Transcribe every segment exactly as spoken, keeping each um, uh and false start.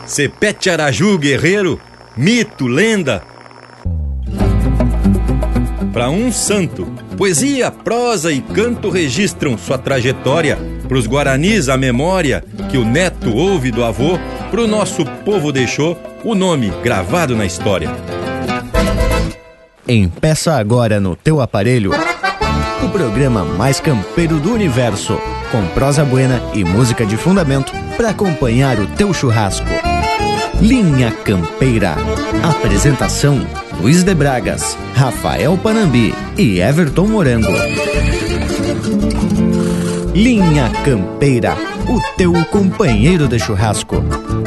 Cepete Araju guerreiro, mito, lenda. Para um santo, poesia, prosa e canto registram sua trajetória. Pros guaranis a memória que o neto ouve do avô, pro nosso povo deixou o nome gravado na história. Empeça agora no teu aparelho o programa mais campeiro do universo, com prosa buena e música de fundamento para acompanhar o teu churrasco. Linha Campeira. Apresentação: Luiz de Bragas, Rafael Panambi e Everton Morango. Linha Campeira, o teu companheiro de churrasco.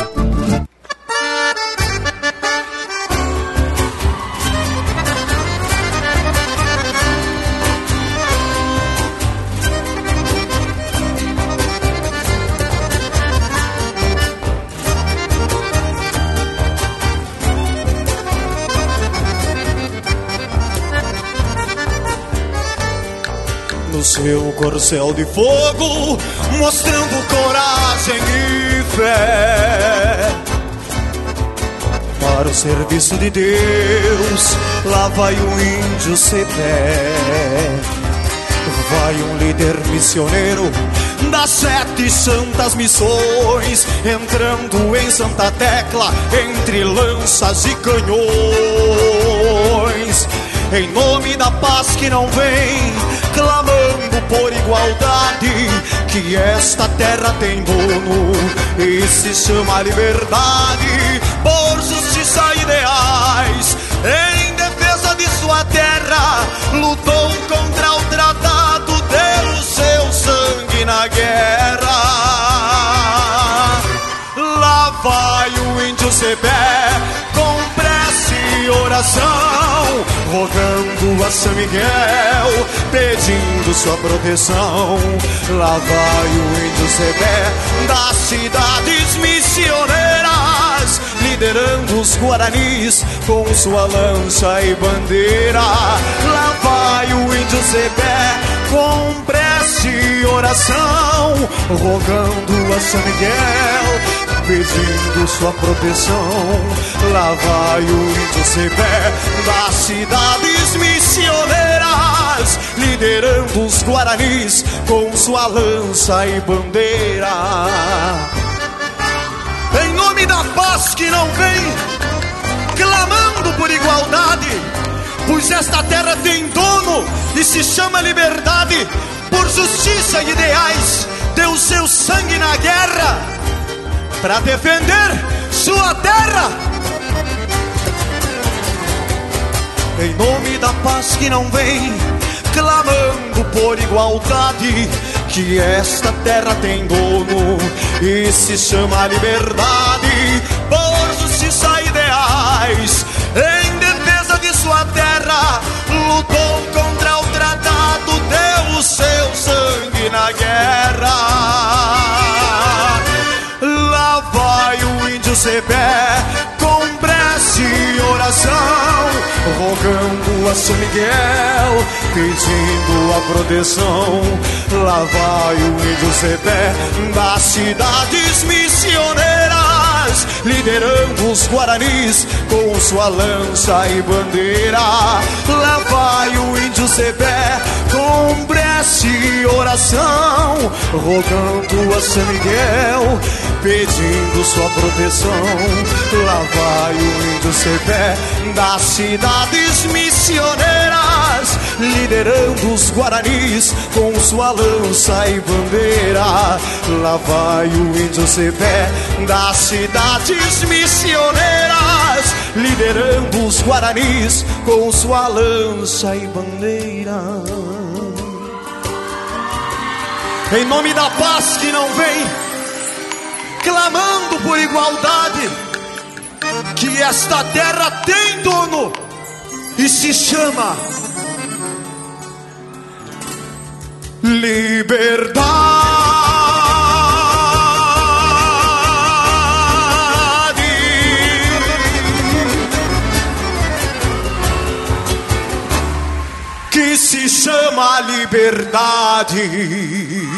Seu corcel de fogo, mostrando coragem e fé para o serviço de Deus. Lá vai um índio Cepé, vai um líder missioneiro das sete santas missões, entrando em Santa Tecla entre lanças e canhões, em nome da paz que não vem, clamando por igualdade, que esta terra tem dono e se chama liberdade. Por justiça e ideais, em defesa de sua terra, lutou contra o tratado, deu seu sangue na guerra. Lá vai o índio Cepé, com prece e oração, rogando a São Miguel, pedindo sua proteção. Lá vai o índio Cepé, das cidades missioneiras, liderando os guaranis com sua lança e bandeira. Lá vai o índio Cepé, com prece e oração, rogando a São Miguel, pedindo sua proteção. Lá vai o índio Cepé, das cidades missioneiras, liderando os guaranis com sua lança e bandeira. Em nome da paz que não vem, clamando por igualdade, pois esta terra tem dono e se chama liberdade. Por justiça e ideais, deu seu sangue na guerra para defender sua terra. Em nome da paz que não vem, clamando por igualdade, que esta terra tem dono e se chama liberdade. Por justiça e ideais, em defesa de sua terra, lutou contra o tratado, deu o seu sangue na guerra. Lá vai o índio Cepé, com prece e oração, rogando a São Miguel, pedindo a proteção. Lá vai o índio Cepé, das cidades missioneiras, liderando os guaranis com sua lança e bandeira. Lá vai o índio Cepé, com prece e oração, rogando a São Miguel, pedindo sua proteção. Lá vai o índio Cepé, das cidades missioneiras, liderando os guaranis com sua lança e bandeira. Lá vai o índio Cepé, das cidades missioneiras, liderando os guaranis com sua lança e bandeira. Em nome da paz que não vem, clamando por igualdade, que esta terra tem dono e se chama liberdade. Que se chama liberdade.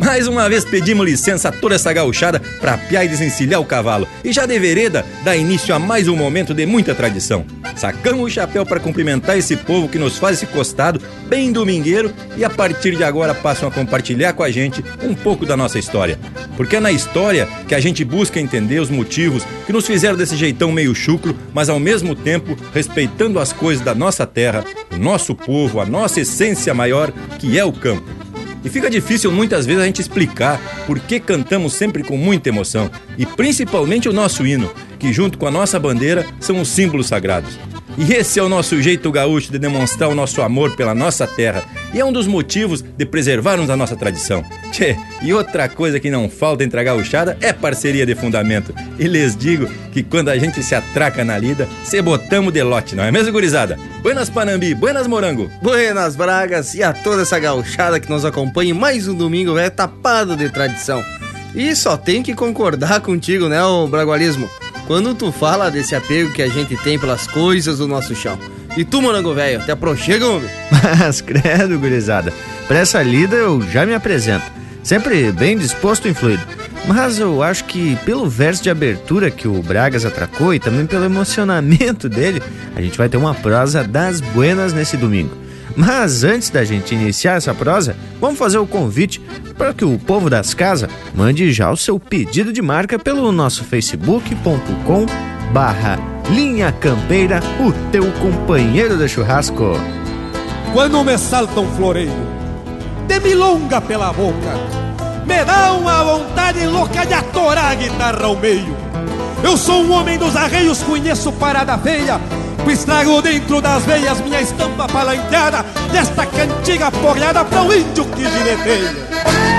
Mais uma vez pedimos licença a toda essa gauchada pra apiar e desencilhar o cavalo. E já de vereda dá início a mais um momento de muita tradição. Sacamos o chapéu para cumprimentar esse povo que nos faz esse costado bem domingueiro e a partir de agora passam a compartilhar com a gente um pouco da nossa história. Porque é na história que a gente busca entender os motivos que nos fizeram desse jeitão meio chucro, mas ao mesmo tempo respeitando as coisas da nossa terra, o nosso povo, a nossa essência maior, que é o campo. E fica difícil muitas vezes a gente explicar por que cantamos sempre com muita emoção, e principalmente o nosso hino, que junto com a nossa bandeira são os símbolos sagrados. E esse é o nosso jeito gaúcho de demonstrar o nosso amor pela nossa terra, e é um dos motivos de preservarmos a nossa tradição. Tchê, e outra coisa que não falta entre a gauchada é parceria de fundamento. E lhes digo que quando a gente se atraca na lida, se botamos de lote, não é mesmo, gurizada? Buenas Panambi, buenas Morango. Buenas Bragas e a toda essa gauchada que nos acompanha em mais um domingo é tapado de tradição. E só tem que concordar contigo, né, o bragualismo? Quando tu fala desse apego que a gente tem pelas coisas do nosso chão. E tu, morango velho, te aproxega, homem? Mas credo, gurizada, pra essa lida eu já me apresento, sempre bem disposto e fluido. Mas eu acho que pelo verso de abertura que o Bragas atracou e também pelo emocionamento dele, a gente vai ter uma prosa das buenas nesse domingo. Mas antes da gente iniciar essa prosa, vamos fazer o convite para que o povo das casas mande já o seu pedido de marca pelo nosso facebook ponto com barra Linha Campeira, o teu companheiro de churrasco. Quando me salta um floreio de milonga pela boca, me dá uma vontade louca de atorar a guitarra ao meio. Eu sou um homem dos arreios, conheço parada feia, estrago dentro das veias minha estampa palanqueada desta cantiga porreada pra o índio que gineteia.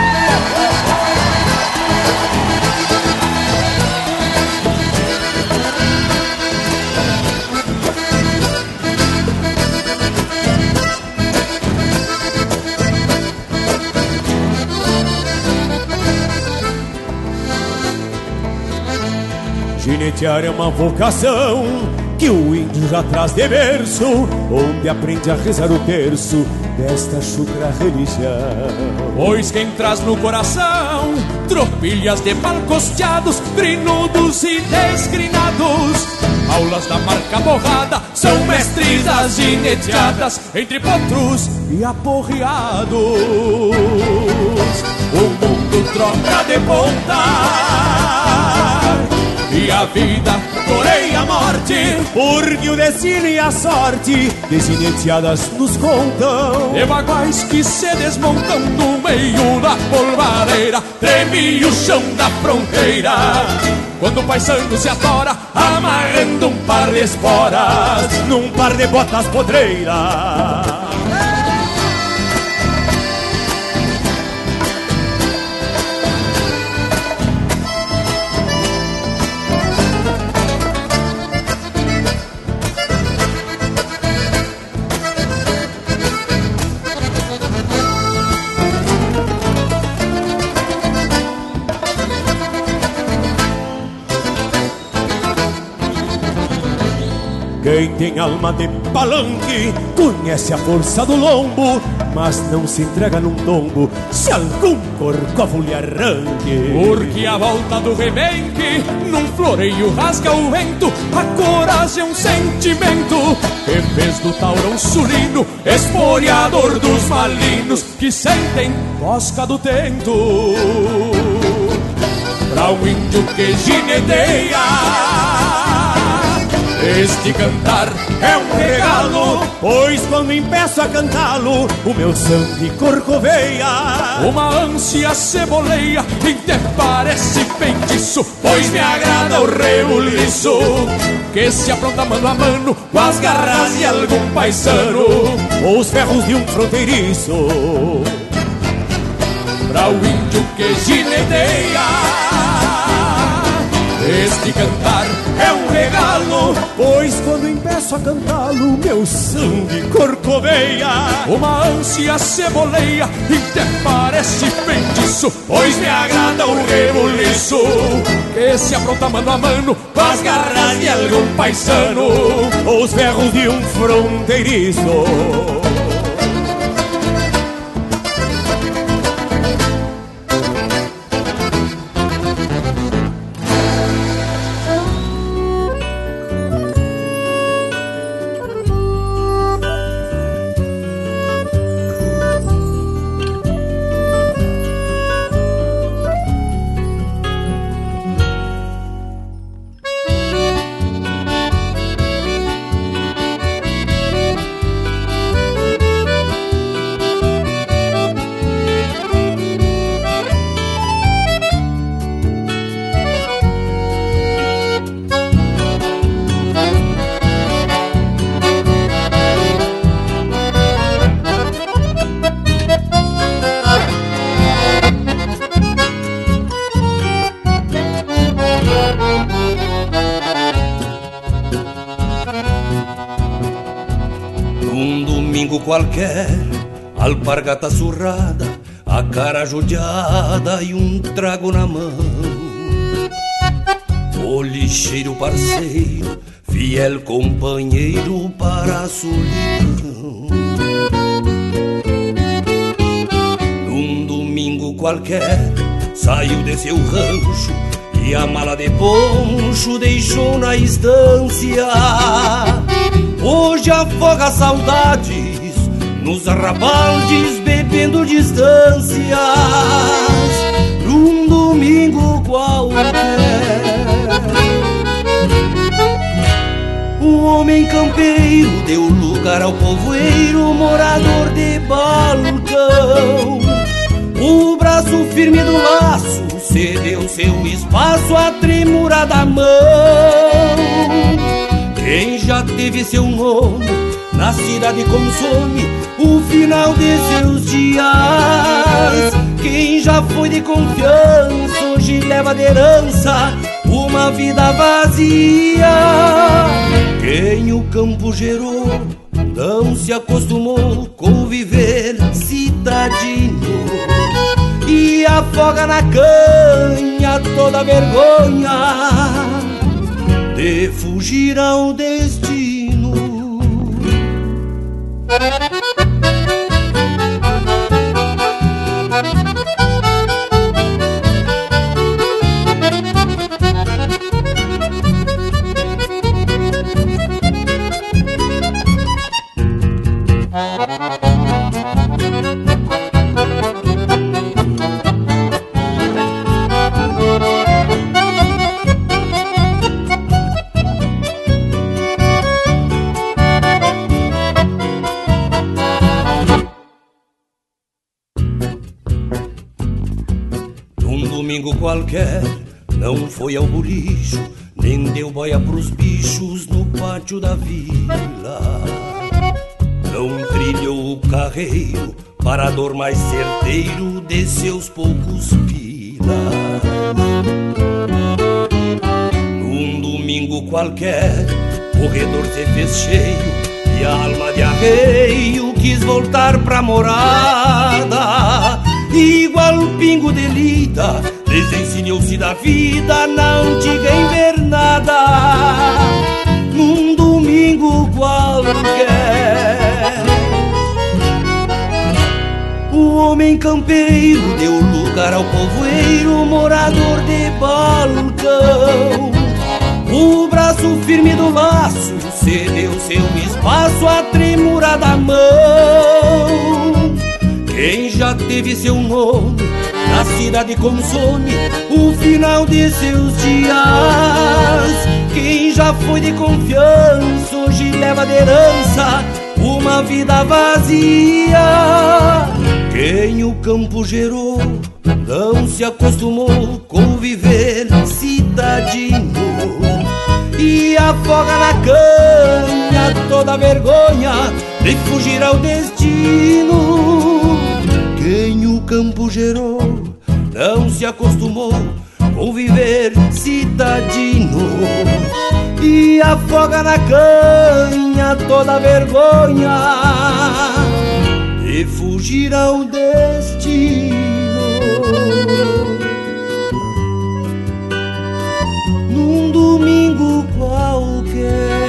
Ginetear é uma vocação que o índio já traz de berço, onde aprende a rezar o terço desta chucra religião. Pois quem traz no coração tropilhas de malcosteados, trinudos e desgrinados, aulas da marca borrada, são mestres das gineteadas entre potros e aporreados. O mundo troca de ponta e a vida coreia a morte, porque o destino e a sorte de gineteadas nos contam. E baguais que se desmontam no meio da polvadeira, treme o chão da fronteira quando o paisano se atora, amarrando um par de esporas num par de botas podreiras. Quem tem alma de palanque conhece a força do lombo, mas não se entrega num tombo se algum corcovo lhe arranque. Porque a volta do rebenque num floreio rasga o vento, a coragem é um sentimento que fez do taurão sulino esporeador dos malinos que sentem tosca do tento. Pra o índio que gineteia, este cantar é um regalo, pois quando empeço a cantá-lo, o meu sangue corcoveia. Uma ânsia ceboleia e te parece feitiço, pois me agrada o rebuliço que se apronta mano a mano com as garras de algum paisano ou os ferros de um fronteiriço. Pra o índio que gineteia, este cantar é um regalo, pois quando empeço a cantá-lo, meu sangue corcoveia. Uma ânsia ceboleia e te parece feitiço, pois me agrada o rebuliço que se apronta mano a mano com as garras de algum paisano ou os ferros de um fronteiriço. qualquer, alpargata surrada, a cara judiada e um trago na mão. O lixeiro parceiro, fiel companheiro para a solidão. Num domingo qualquer, saiu de seu rancho e a mala de poncho deixou na estância. Hoje afoga saudades nos arrabaldes, bebendo distâncias. Num domingo qualquer, um homem campeiro deu lugar ao povoeiro, morador de balcão. O braço firme do laço cedeu seu espaço à tremura da mão. Quem já teve seu nome na cidade consome o final de seus dias. Quem já foi de confiança hoje leva de herança uma vida vazia. Quem o campo gerou não se acostumou com viver citadino e afoga na canha toda vergonha de fugir ao destino. Qualquer, não foi ao bolicho, nem deu boia pros bichos no pátio da vila. Não trilhou o carreiro, parador mais certeiro de seus poucos pilas. Num domingo qualquer, corredor se fez cheio e a alma de arreio quis voltar pra morada. Igual o pingo de lida, desensinou-se da vida na antiga invernada. Num domingo qualquer, o homem campeiro deu lugar ao povoeiro, morador de balcão. O braço firme do laço cedeu seu espaço à tremura da mão. Quem já teve seu nome na cidade consome o final de seus dias. Quem já foi de confiança hoje leva de herança uma vida vazia. Quem o campo gerou não se acostumou com viver citadino e afoga na canha toda vergonha de fugir ao destino. Quem o campo gerou não se acostumou com viver citadino e afoga na canha toda vergonha de fugir ao destino. Num domingo qualquer,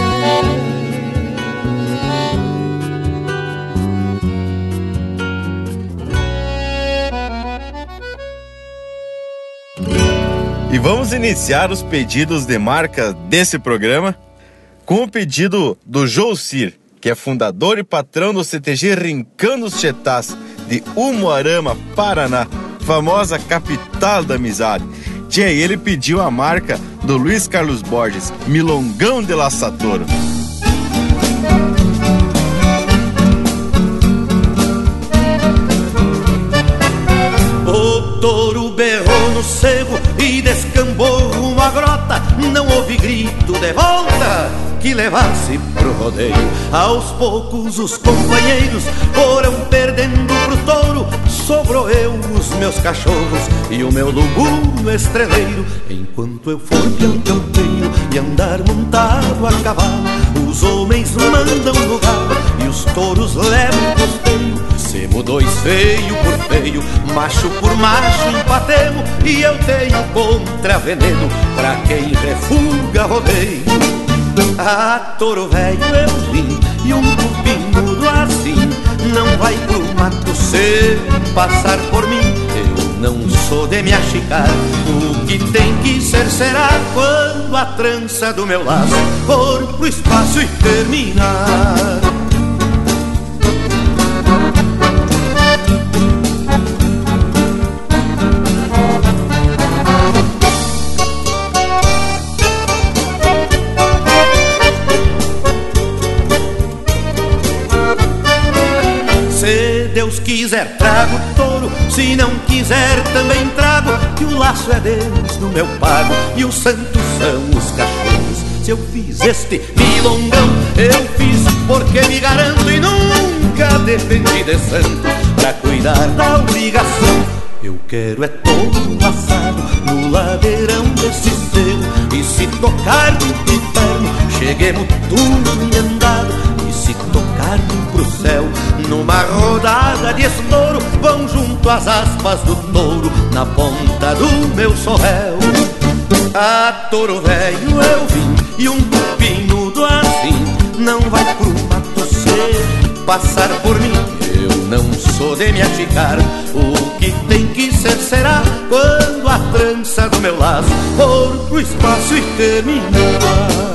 e vamos iniciar os pedidos de marca desse programa com o pedido do Joucir, que é fundador e patrão do C T G Rincando os Chetás de Umuarama, Paraná, famosa capital da amizade. Tchê, ele pediu a marca do Luiz Carlos Borges, Milongão de Laçatoro. O touro berrou no cerro e descambou rumo à grota. Não houve grito de volta que levasse pro rodeio. Aos poucos os companheiros foram perdendo pro touro. Sobrou eu, os meus cachorros e o meu lubuno estreleiro. Enquanto eu for peão campeiro e andar montado a cavalo, os homens mandam no galo e os touros levam o costeio. Semo dois feio por feio, macho por macho empatemo, e eu tenho contra veneno pra quem refuga rodeio. Ah, touro velho eu vim e um tupinudo assim não vai pro mato sem passar por mim. Eu não sou de me achicar, o que tem que ser será quando a trança do meu laço for pro espaço e terminar. Deus quiser trago touro, se não quiser também trago, que o laço é Deus no meu pago e os santos são os cachorros. Se eu fiz este milongão, eu fiz porque me garanto e nunca dependi de santo pra cuidar da obrigação. Eu quero é touro assado no ladeirão desse cerro, e se tocar no inferno, cheguemos tudo emendado. Se tocar-me pro céu, numa rodada de estouro, vão junto às aspas do touro, na ponta do meu sorréu. Ah, touro velho eu vim, e um tupinudo assim não vai pro mato ser passar por mim. Eu não sou de me achicar, o que tem que ser será quando a trança do meu laço for pro espaço e terminar.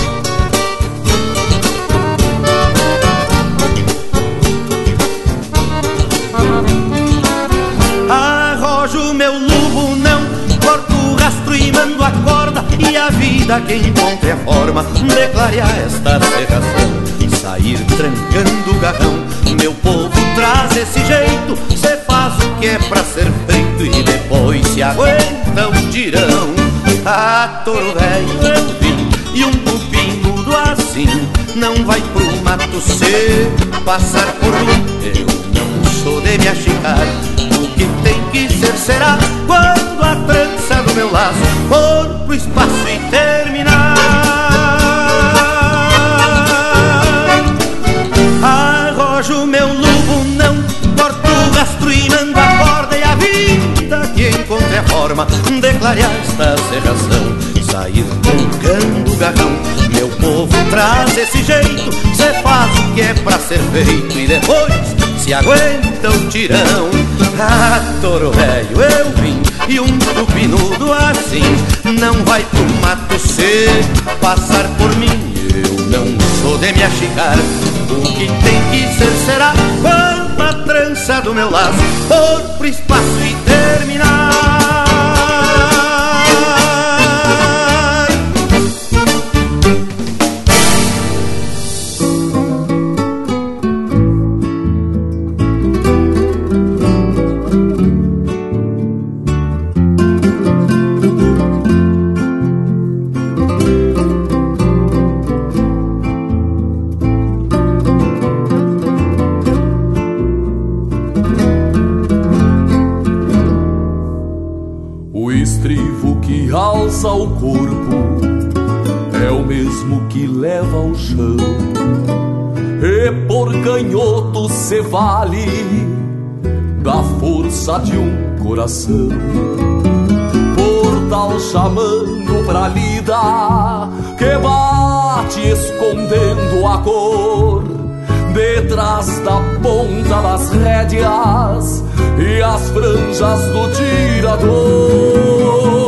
Arrojo meu lubo, não corto o rastro e mando a corda, e a vida que encontre a forma de clarear esta serração e sair trancando o garrão. Meu povo traz esse jeito, cê faz o que é pra ser feito e depois se aguenta o tirão. Ah, touro velho eu vim, e um tupinudo assim não vai pro mato se passar por mim. Eu não sou de me achicar, o que tem que ser será quando a trança do meu laço for pro espaço e terminar. Arrojo meu lubo, não corto o rastro e mando a corda, e a vida que encontre a forma de clarear esta serração e sair trancando o garrão. Meu povo traz esse jeito, cê faz o que é pra ser feito e depois se aguenta o tirão. Ah, touro velho eu vim, e um tupinudo assim não vai pro mato se passar por mim. Eu não sou de me achicar, o que tem que ser será quando a trança do meu laço for pro espaço e terminar. Alça o corpo, é o mesmo que leva ao chão, e por canhoto se vale da força de um coração. Por tal chamando pra lida que bate escondendo a cor detrás da ponta das rédeas e as franjas do tirador.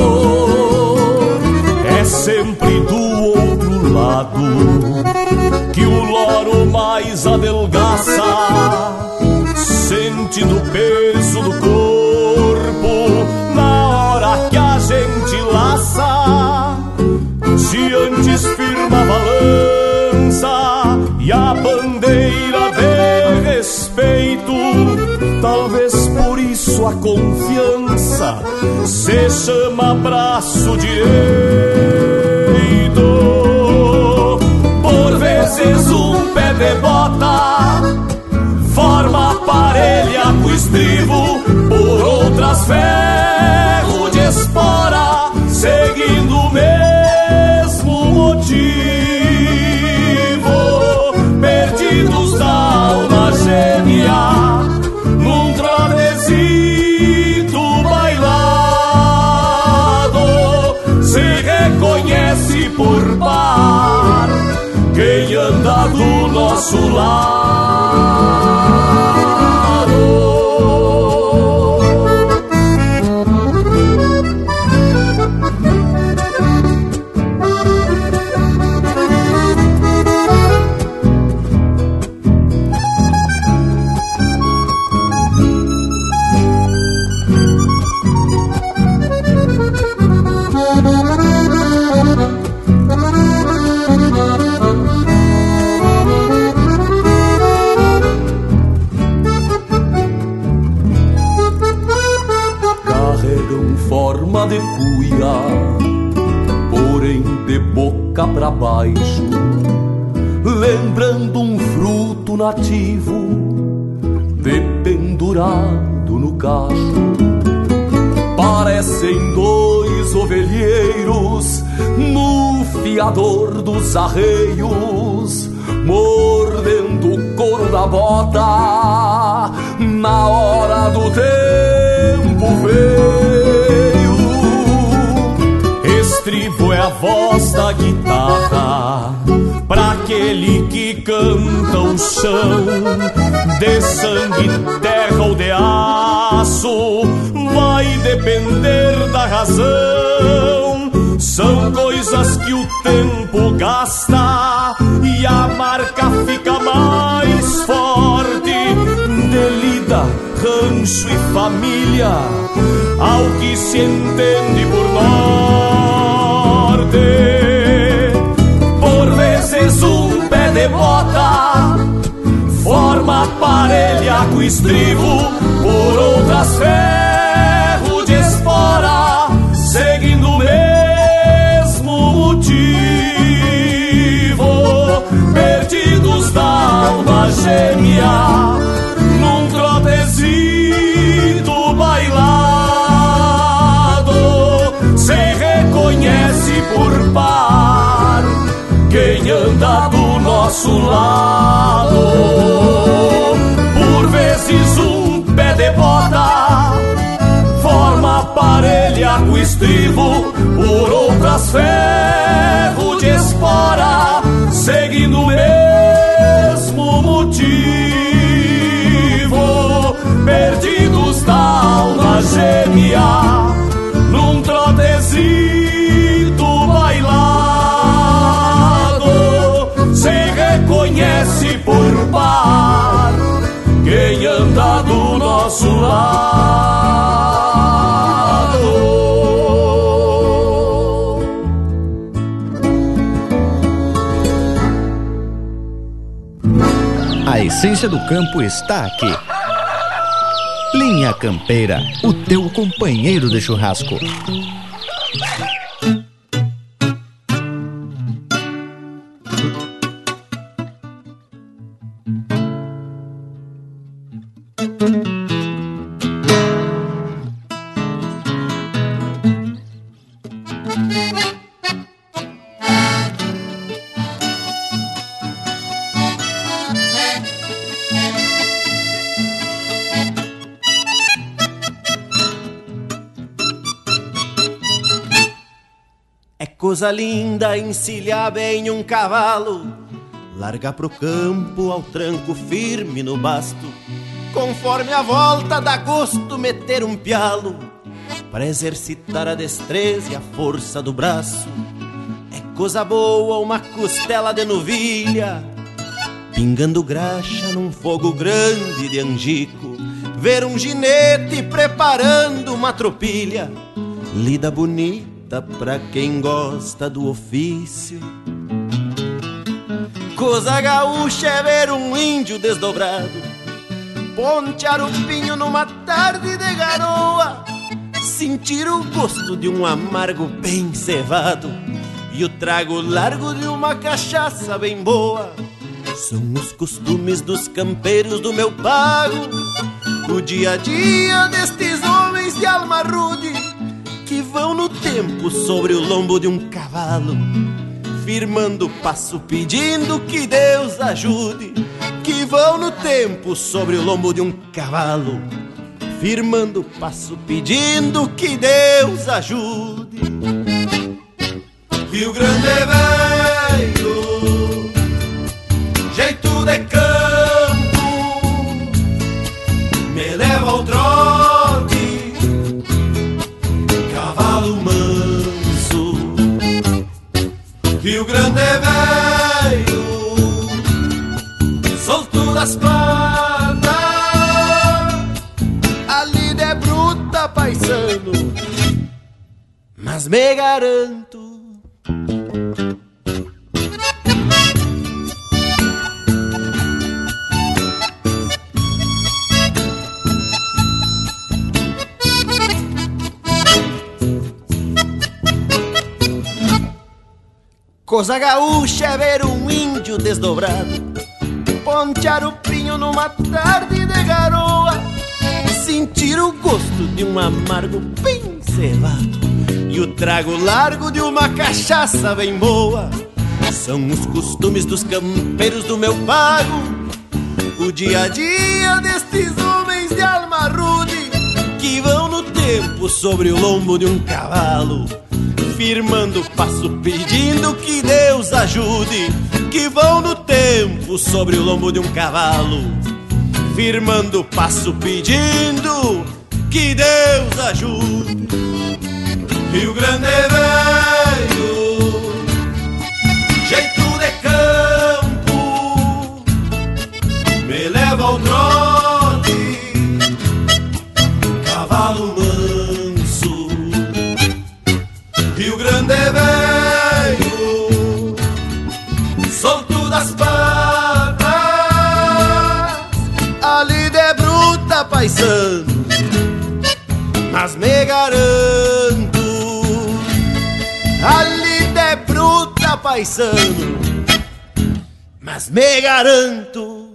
É sempre do outro lado que o loro mais adelgaça, sentindo o peso do corpo na hora que a gente laça. Se antes firma a balança e a bandeira de respeito, talvez por isso a confiança se chama braço direito. Por vezes um pé de bota forma parelha com estribo, por outras ferro de espora, seguindo o mesmo motivo. nosso lado. De cuia, porém de boca pra baixo, lembrando um fruto nativo dependurado no cacho. Parecem dois ovelheiros no fiador dos arreios, mordendo o couro da bota na hora do tempo veio. Estribo é a voz da guitarra pra aquele que canta o chão, de sangue, terra ou de aço, vai depender da razão. São coisas que o tempo gasta e a marca fica mais forte. De lida, rancho e família, ao que se entende por norte. Por vezes um pé de bota forma parelha com estribo, por outras ferro de espora, seguindo o mesmo motivo. Perdidos da alma gêmea num trotezito bailado, se reconhece por par quem anda do nosso lado. Por vezes um pé de bota forma parelha com estribo, por outras ferro de espora, seguindo o mesmo motivo. Perdidos da alma gêmea num trotezito bailado, se reconhece por par quem anda do nosso lado. A essência do campo está aqui. Linha Campeira, o teu companheiro de churrasco. Coisa linda encilhar bem um cavalo, largar pro campo ao tranco firme no basto, conforme a volta dá gosto meter um pialo, pra exercitar a destreza e a força do braço. É coisa boa uma costela de novilha, pingando graxa num fogo grande de angico, ver um ginete preparando uma tropilha, lida bonita pra quem gosta do ofício. Coisa gaúcha é ver um índio desdobrado pontear o pinho numa tarde de garoa, sentir o gosto de um amargo bem cevado e o trago largo de uma cachaça bem boa. São os costumes dos campeiros do meu pago, o dia a dia destes homens de alma rude, que vão no tempo sobre o lombo de um cavalo, firmando o passo pedindo que Deus ajude. Que vão no tempo sobre o lombo de um cavalo, firmando o passo pedindo que Deus ajude. Rio Grande é velho, jeito de campo me leva ao trote, cavalo manso, Rio Grande velho, solto das patas, a lida é bruta, paisano, mas me garanto. Coisa gaúcha é ver um índio desdobrado pontear o pinho numa tarde de garoa, sentir o gosto de um amargo bem cevado e o trago largo de uma cachaça bem boa. São os costumes dos campeiros do meu pago, o dia a dia destes homens de alma rude que vão no tempo sobre o lombo de um cavalo, firmando o passo pedindo que Deus ajude, que vão no tempo sobre o lombo de um cavalo, firmando o passo pedindo que Deus ajude. Rio Grande velho, jeito de campo, me leva ao trote, cavalo manso, Rio Grande velho, solto das patas, a lida é bruta, paisano, mas me garanto. A lida é bruta, paisano, mas me garanto.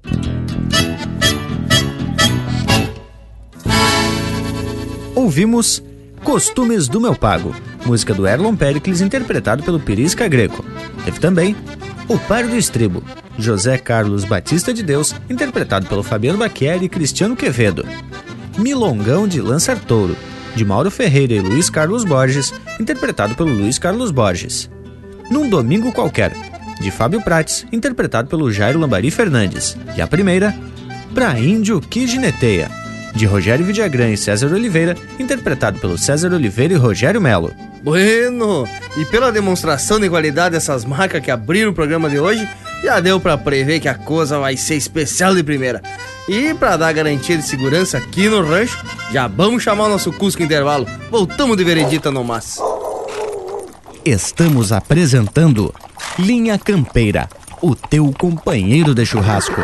Ouvimos Costumes do Meu Pago, música do Erlon Pericles, interpretado pelo Pirisca Greco. Teve também O Par do Estribo, José Carlos Batista de Deus, interpretado pelo Fabiano Bacchieri e Cristiano Quevedo. Milongão de Lançar Touro, de Mauro Ferreira e Luiz Carlos Borges, interpretado pelo Luiz Carlos Borges. Num Domingo Qualquer, de Fábio Prates, interpretado pelo Jairo Lambari Fernandes. E a primeira, Pra Índio que Gineteia, de Rogério Vidagrã e César Oliveira, interpretado pelo César Oliveira e Rogério Melo. Bueno, e pela demonstração de qualidade dessas marcas que abriram o programa de hoje, já deu pra prever que a coisa vai ser especial de primeira. E pra dar garantia de segurança aqui no rancho, já vamos chamar o nosso Cusco Intervalo. Voltamos de veredita no mas. Estamos apresentando Linha Campeira, o teu companheiro de churrasco.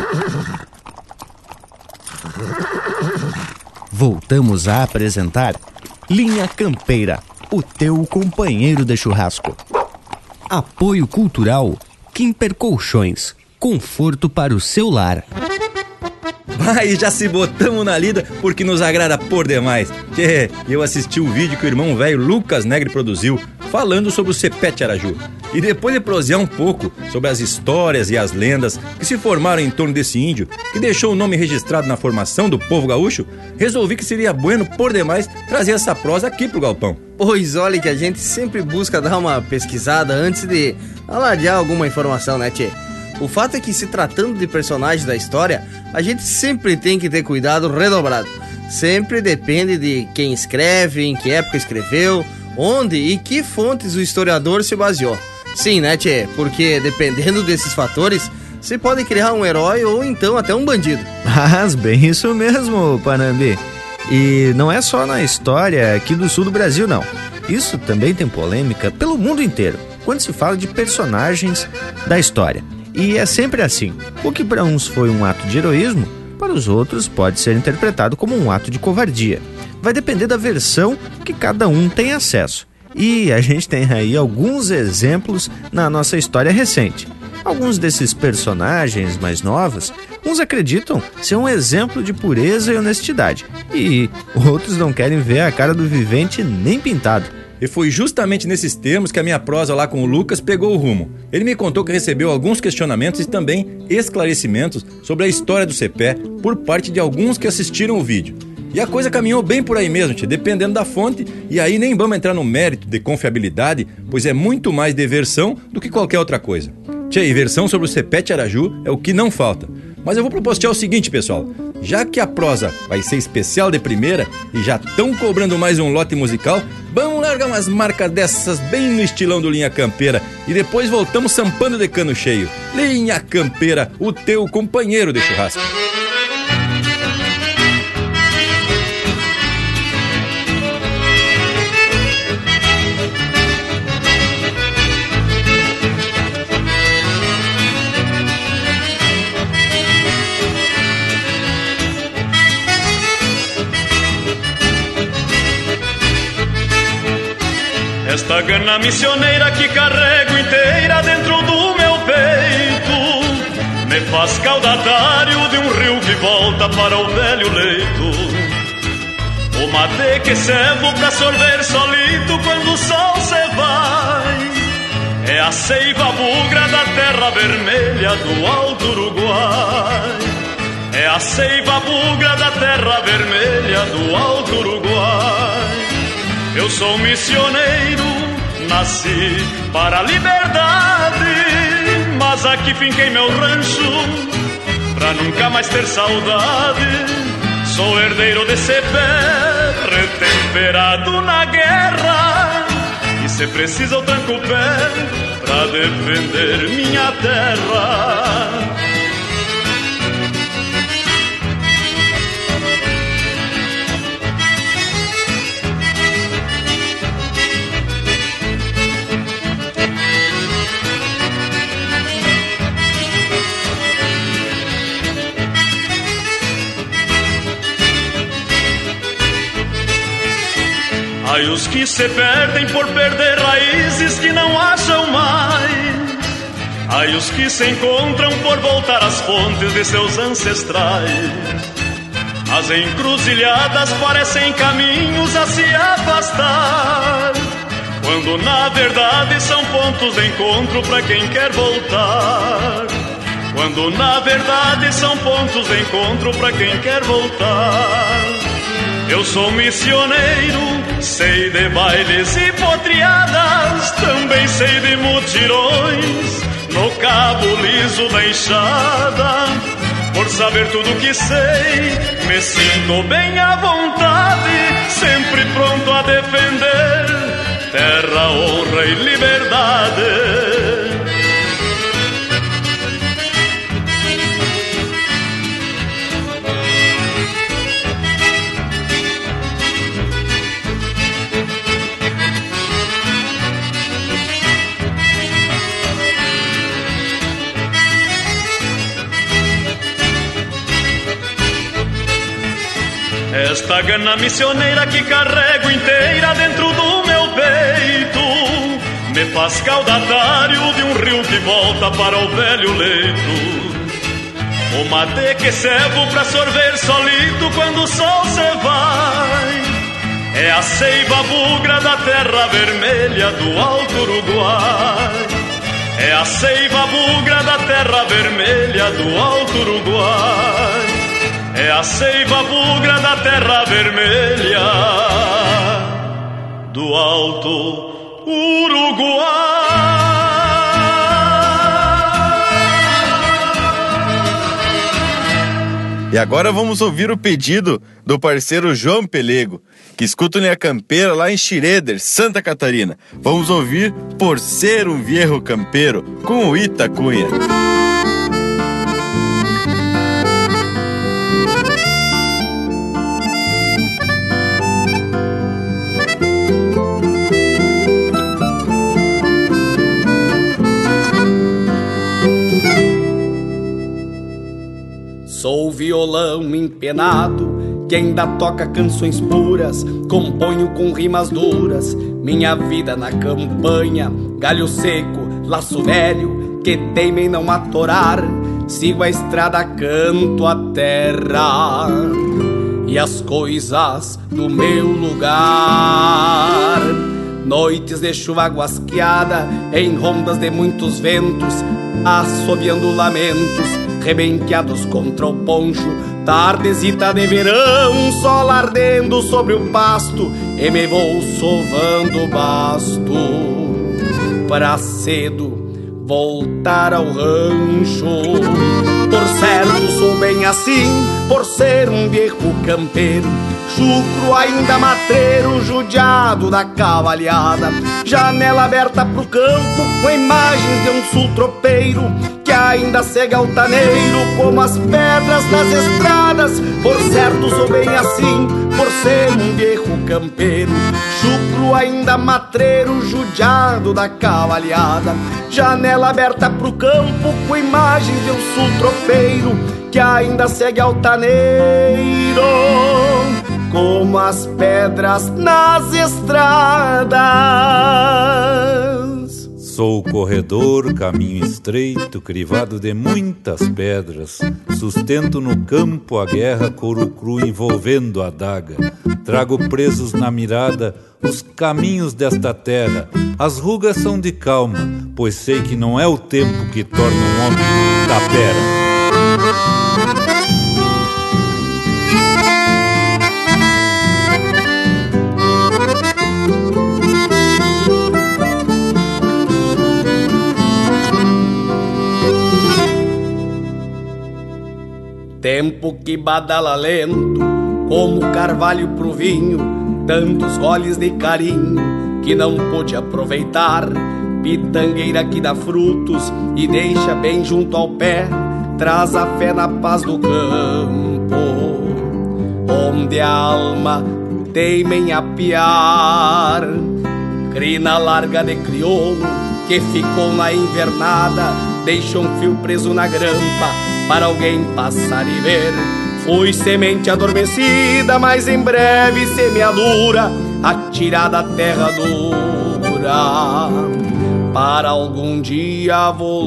Voltamos a apresentar Linha Campeira, o teu companheiro de churrasco. Apoio Cultural Quimper Colchões, conforto para o seu lar. Mas já se botamos na lida porque nos agrada por demais. Tchê, eu assisti o vídeo que o irmão velho Lucas Negre produziu falando sobre o Cepete Araju. E depois de prosear um pouco sobre as histórias e as lendas que se formaram em torno desse índio, que deixou o nome registrado na formação do povo gaúcho, resolvi que seria bueno por demais trazer essa prosa aqui pro galpão. Pois olha que a gente sempre busca dar uma pesquisada antes de alardear alguma informação, né, tchê? O fato é que, se tratando de personagens da história, a gente sempre tem que ter cuidado redobrado. Sempre depende de quem escreve, em que época escreveu, onde e que fontes o historiador se baseou. Sim, né, tchê? Porque dependendo desses fatores, se pode criar um herói ou então até um bandido. Mas bem isso mesmo, Panambi. E não é só na história aqui do sul do Brasil, não. Isso também tem polêmica pelo mundo inteiro, quando se fala de personagens da história. E é sempre assim. O que para uns foi um ato de heroísmo, para os outros pode ser interpretado como um ato de covardia. Vai depender da versão que cada um tem acesso. E a gente tem aí alguns exemplos na nossa história recente. Alguns desses personagens mais novos, uns acreditam ser um exemplo de pureza e honestidade, e outros não querem ver a cara do vivente nem pintado. E foi justamente nesses termos que a minha prosa lá com o Lucas pegou o rumo. Ele me contou que recebeu alguns questionamentos e também esclarecimentos sobre a história do Cepé por parte de alguns que assistiram o vídeo. E a coisa caminhou bem por aí mesmo, tia, dependendo da fonte, e aí nem vamos entrar no mérito de confiabilidade, pois é muito mais de versão do que qualquer outra coisa. Tchê, e versão sobre o Cepete Araju é o que não falta. Mas eu vou propostear o seguinte, pessoal. Já que a prosa vai ser especial de primeira e já estão cobrando mais um lote musical, vamos largar umas marcas dessas bem no estilão do Linha Campeira e depois voltamos sampando de cano cheio. Linha Campeira, o teu companheiro de churrasco. Esta gana missioneira que carrego inteira dentro do meu peito me faz caudatário de um rio que volta para o velho leito. O mate que servo pra sorver solito quando o sol se vai é a seiva bugra da terra vermelha do Alto Uruguai. É a seiva bugra da terra vermelha do Alto Uruguai. Eu sou missioneiro, nasci para a liberdade, mas aqui finquei meu rancho pra nunca mais ter saudade. Sou herdeiro desse pé, retemperado na guerra, e se precisa eu tranco o pé pra defender minha terra. Ai, os que se perdem por perder raízes que não acham mais. Ai, os que se encontram por voltar às fontes de seus ancestrais. As encruzilhadas parecem caminhos a se afastar, quando na verdade são pontos de encontro para quem quer voltar. Quando na verdade são pontos de encontro para quem quer voltar. Eu sou missioneiro, sei de bailes e potriadas, também sei de mutirões no cabo liso da enxada. Por saber tudo que sei, me sinto bem à vontade, sempre pronto a defender terra, honra e liberdade. Esta gana missioneira que carrego inteira dentro do meu peito me faz caudatário de um rio que volta para o velho leito. O mate que servo pra sorver solito quando o sol se vai é a seiva bugra da terra vermelha do Alto Uruguai. É a seiva bugra da terra vermelha do Alto Uruguai. É a seiva bugra da terra vermelha do Alto Uruguai. E agora vamos ouvir o pedido do parceiro João Pelego, que escuta o Linha Campeira lá em Schroeder, Santa Catarina. Vamos ouvir Por Ser um Viejo Campeiro, com o Ita Cunha. Sou violão empenado, que ainda toca canções puras, componho com rimas duras, minha vida na campanha, galho seco, laço velho, que teima em não atorar, sigo a estrada, canto a terra e as coisas do meu lugar. Noites de chuva guasqueada, em rondas de muitos ventos, assobiando lamentos, rebenqueados contra o poncho, tardezita de verão, sol ardendo sobre o pasto, e me vou sovando o basto. Pra cedo, voltar ao rancho. Por certo sou bem assim, por ser um viejo campeiro, chucro ainda matreiro, judiado da cavalhada. Janela aberta pro campo, com imagens de um sul tropeiro, que ainda segue altaneiro como as pedras nas estradas. Por certo sou bem assim, por ser um viejo campeiro, chucro ainda matreiro, judiado da cavalhada. Janela aberta pro campo, com imagens de um sul tropeiro, que ainda segue altaneiro como as pedras nas estradas. Sou corredor, caminho estreito, crivado de muitas pedras. Sustento no campo a guerra, couro cru envolvendo a adaga. Trago presos na mirada os caminhos desta terra. As rugas são de calma, pois sei que não é o tempo que torna um homem tapera. Tempo que badala lento, como carvalho pro vinho, tantos goles de carinho que não pude aproveitar. Pitangueira que dá frutos e deixa bem junto ao pé, traz a fé na paz do campo, onde a alma teima em apiar. Crina larga de crioulo que ficou na invernada, deixa um fio preso na grampa para alguém passar e ver. Fui semente adormecida, mas em breve semeadura, atirada à terra dura, para algum dia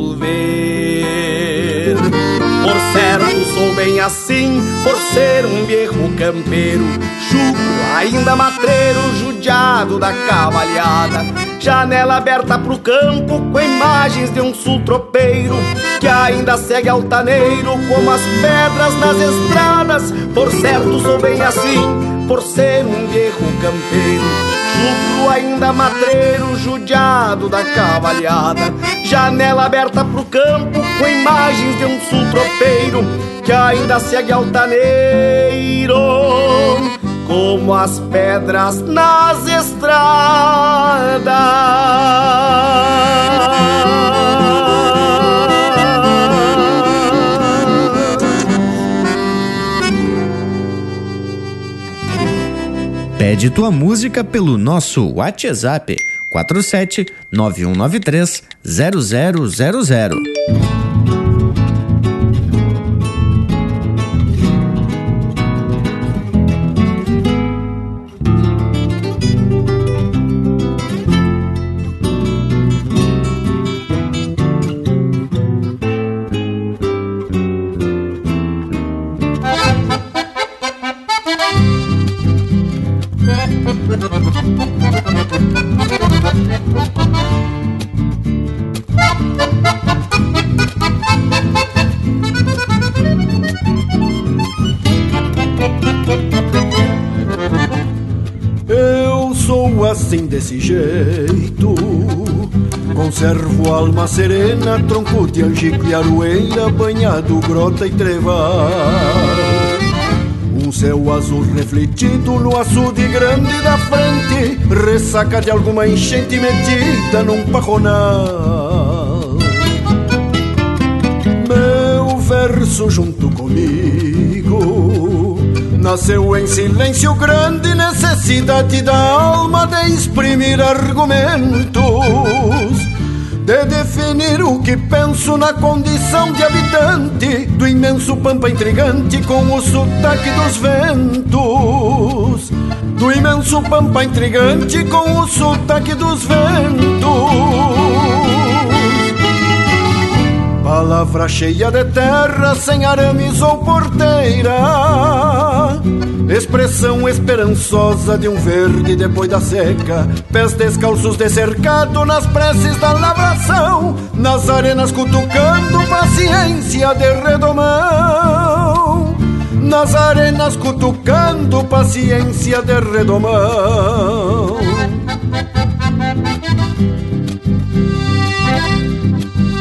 volver. Por certo sou bem assim, por ser um viejo campeiro, chucro ainda matreiro, judiado da cavalhada. Janela aberta pro campo, com imagens de um sul tropeiro, que ainda segue altaneiro como as pedras nas estradas. Por certo sou bem assim, por ser um viejo campeiro, chucro ainda matreiro, judiado da cavalhada. Janela aberta pro campo, com imagens de um sul tropeiro, que ainda segue altaneiro como as pedras nas estradas. Pede tua música pelo nosso WhatsApp quatro sete nove um nove três zero zero zero zero. Assim desse jeito, conservo alma serena, tronco de angico e aroeira, banhado, grota e trevar. Um céu azul refletido no açude grande da frente, ressaca de alguma enchente metida num pajonal. Meu verso junto comigo nasceu em silêncio grande, necessidade da alma de exprimir argumentos, de definir o que penso na condição de habitante do imenso pampa intrigante com o sotaque dos ventos, do imenso pampa intrigante com o sotaque dos ventos. Palavra cheia de terra, sem arames ou porteira, expressão esperançosa de um verde depois da seca, pés descalços de cercado nas preces da lavração, nas arenas cutucando paciência de redomão, nas arenas cutucando paciência de redomão.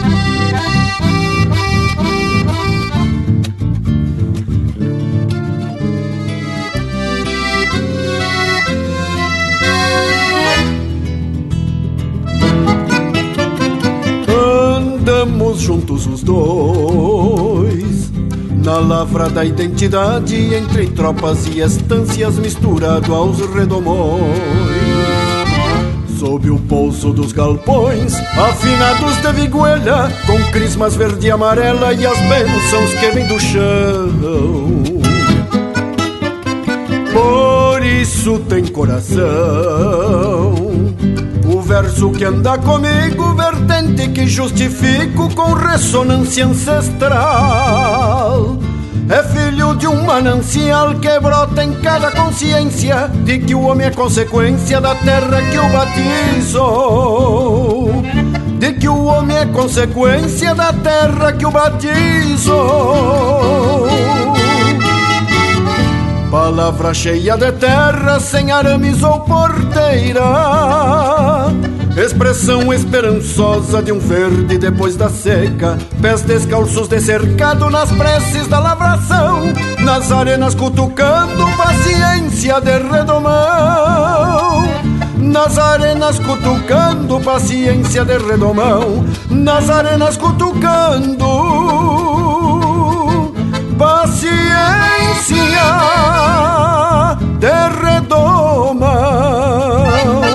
juntos os dois, na lavra da identidade, entre tropas e estâncias, misturado aos redomões. Sob o pouso dos galpões, afinados de viguelha, com crismas verde e amarela e as bênçãos que vêm do chão. Por isso tem coração o verso que anda comigo, vertente que justifico com ressonância ancestral. É filho de um manancial que brota em cada consciência de que o homem é consequência da terra que o batizou. De que o homem é consequência da terra que o batizou. Palavra cheia de terra, sem arames ou porteira, expressão esperançosa de um verde depois da seca, pés descalços de cercado nas preces da lavração, nas arenas cutucando paciência de redomão. Nas arenas cutucando paciência de redomão, nas arenas cutucando paciência de redomão.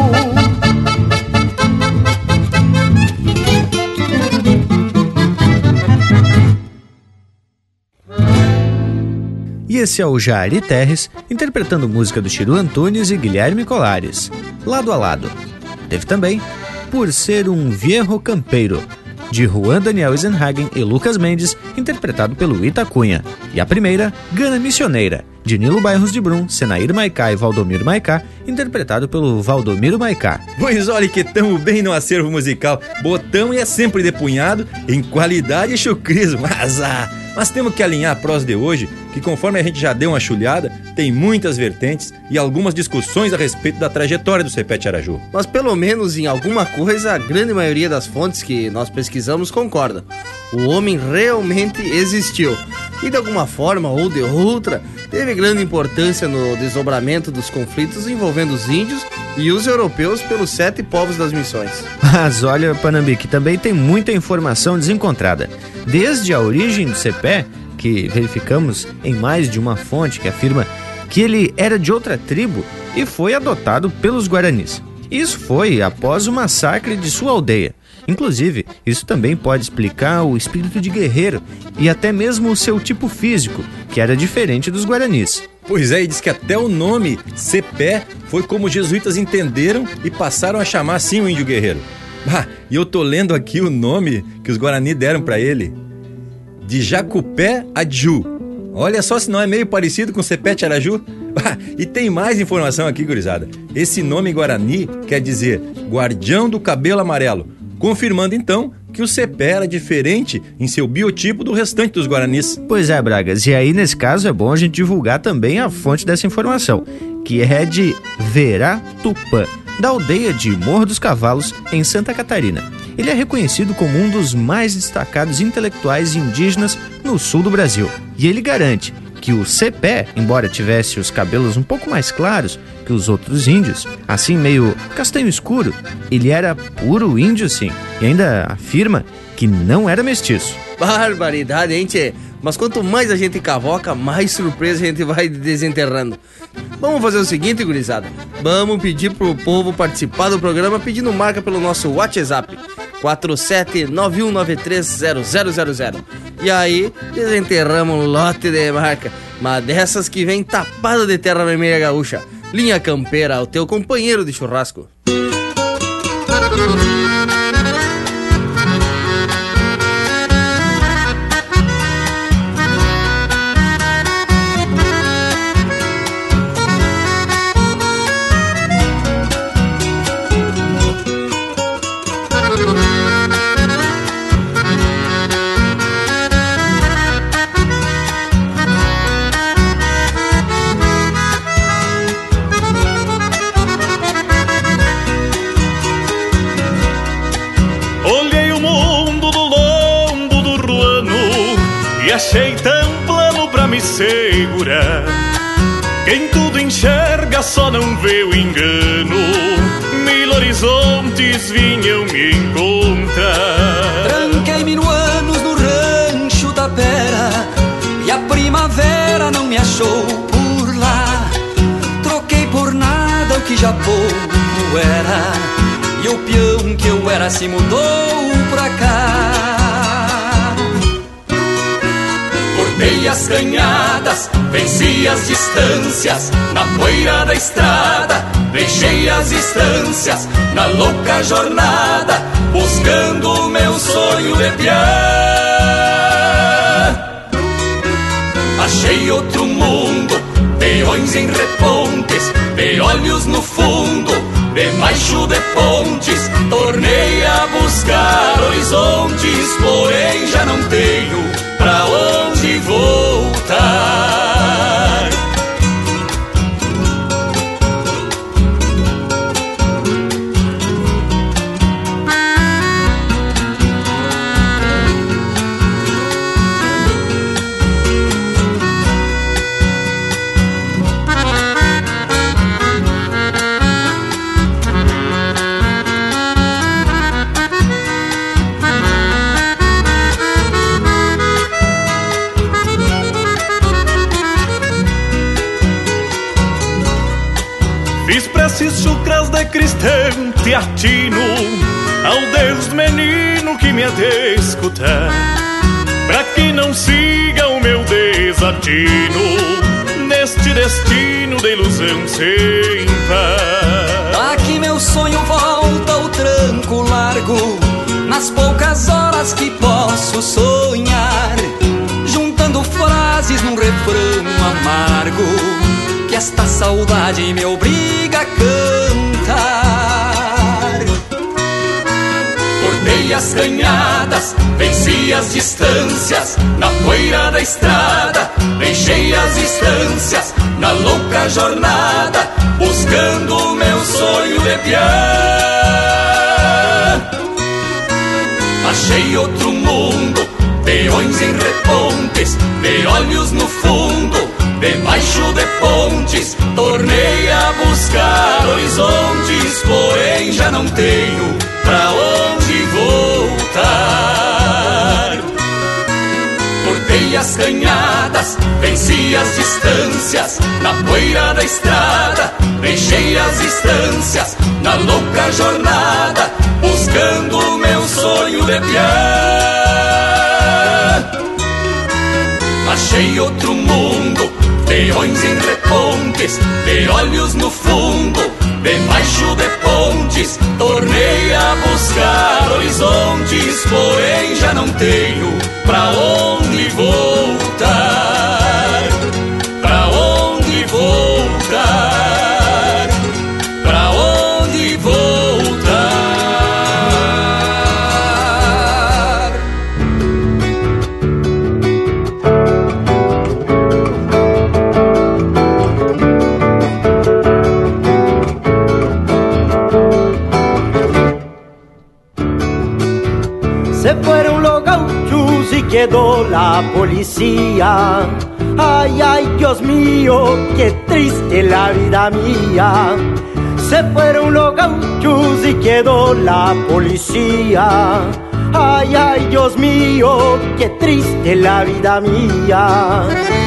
E esse é o Jaari Terres, interpretando música do Chiru Antunes e Guilherme Colares, Lado a Lado. Teve também Por Ser um Viejo Campeiro, de Juan Daniel Eisenhagen e Lucas Mendes, interpretado pelo Ita Cunha. E a primeira, Gana Missioneira, de Nilo Bairros de Brum, Senair Maicá e Valdomiro Maicá, interpretado pelo Valdomiro Maicá. Pois olha que tamo bem no acervo musical. Botão e é sempre depunhado em qualidade e chucrismo. Mas, ah, mas temos que alinhar a prosa de hoje, que conforme a gente já deu uma chulhada, tem muitas vertentes e algumas discussões a respeito da trajetória do Cepete Araju. Mas pelo menos em alguma coisa, a grande maioria das fontes que nós pesquisamos concorda. O homem realmente existiu e de alguma forma ou de outra teve grande importância no desdobramento dos conflitos envolvendo os índios e os europeus pelos sete povos das missões. Mas olha, Panambique, também tem muita informação desencontrada. Desde a origem do cepé, que verificamos em mais de uma fonte que afirma que ele era de outra tribo e foi adotado pelos guaranis. Isso foi após o massacre de sua aldeia. Inclusive, isso também pode explicar o espírito de guerreiro e até mesmo o seu tipo físico, que era diferente dos guaranis. Pois é, e diz que até o nome cepé foi como os jesuítas entenderam e passaram a chamar assim o índio guerreiro. Ah, e eu tô lendo aqui o nome que os guaranis deram para ele, de Jacupé Adju. Olha só se não é meio parecido com Cepete Araju. Ah, e tem mais informação aqui, gurizada. Esse nome guarani quer dizer guardião do cabelo amarelo, confirmando então que o cepé era diferente em seu biotipo do restante dos guaranis. Pois é, Bragas, e aí nesse caso é bom a gente divulgar também a fonte dessa informação, que é de Verá Tupã, da aldeia de Morro dos Cavalos, em Santa Catarina. Ele é reconhecido como um dos mais destacados intelectuais indígenas no sul do Brasil. E ele garante que o cepé, embora tivesse os cabelos um pouco mais claros que os outros índios, assim meio castanho escuro, ele era puro índio sim, e ainda afirma que não era mestiço. Barbaridade, hein, tchê? Mas quanto mais a gente cavoca, mais surpresa a gente vai desenterrando. Vamos fazer o seguinte, gurizada. Vamos pedir pro povo participar do programa pedindo marca pelo nosso WhatsApp quatro sete nove um nove três zero zero zero zero. E aí, desenterramos um lote de marca, mas dessas que vem tapada de terra vermelha gaúcha. Linha Campeira, o teu companheiro de churrasco. Achei tão plano pra me segurar. Quem tudo enxerga só não vê o engano. Mil horizontes vinham me encontrar. Tranquei mil anos no já pouco era, e o peão que eu era se mudou pra cá. Cortei as canhadas, venci as distâncias, na poeira da estrada deixei as estâncias, na louca jornada, buscando o meu sonho de piar. Achei outro mundo, peões em repontes, de olhos no fundo, debaixo de pontes. Tornei a buscar horizontes, porém já não tenho pra onde voltar. Preces chucras de cristão teatino ao Deus menino que me ha de escutar, pra que não siga o meu desatino neste destino de ilusão sem par. Aqui meu sonho volta ao tranco largo, nas poucas horas que posso sonhar, juntando frases num refrão amargo que esta saudade me obriga a cantar. Cortei as canhadas, venci as distâncias, na poeira da estrada deixei as estâncias, na louca jornada, buscando o meu sonho de piar. Achei outro mundo, peões em repontes, de olhos no fundo, debaixo de pontes. Tornei a buscar horizontes, porém já não tenho pra onde voltar. Cortei as canhadas, venci as distâncias, na poeira da estrada deixei as estâncias, na louca jornada, buscando o meu sonho de piar. Achei outro mundo, peões em repontes, de olhos no fundo, debaixo de pontes. Tornei a buscar horizontes, porém já não tenho pra onde voltar. Pra onde voltar? Pra onde voltar? Se fueron los gauchos y quedó la policía. Ay, ay, Dios mío, qué triste la vida mía. Se fueron los gauchos y quedó la policía. Ay, ay, Dios mío, qué triste la vida mía.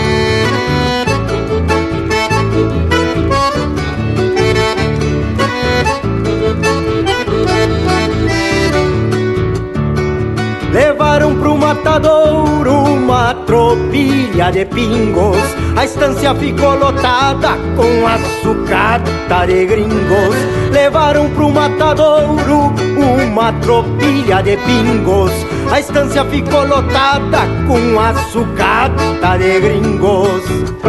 Levaram pro matadouro uma tropilha de pingos. A estância ficou lotada com açucata de gringos. Levaram pro matadouro uma tropilha de pingos. A estância ficou lotada com açucata de gringos.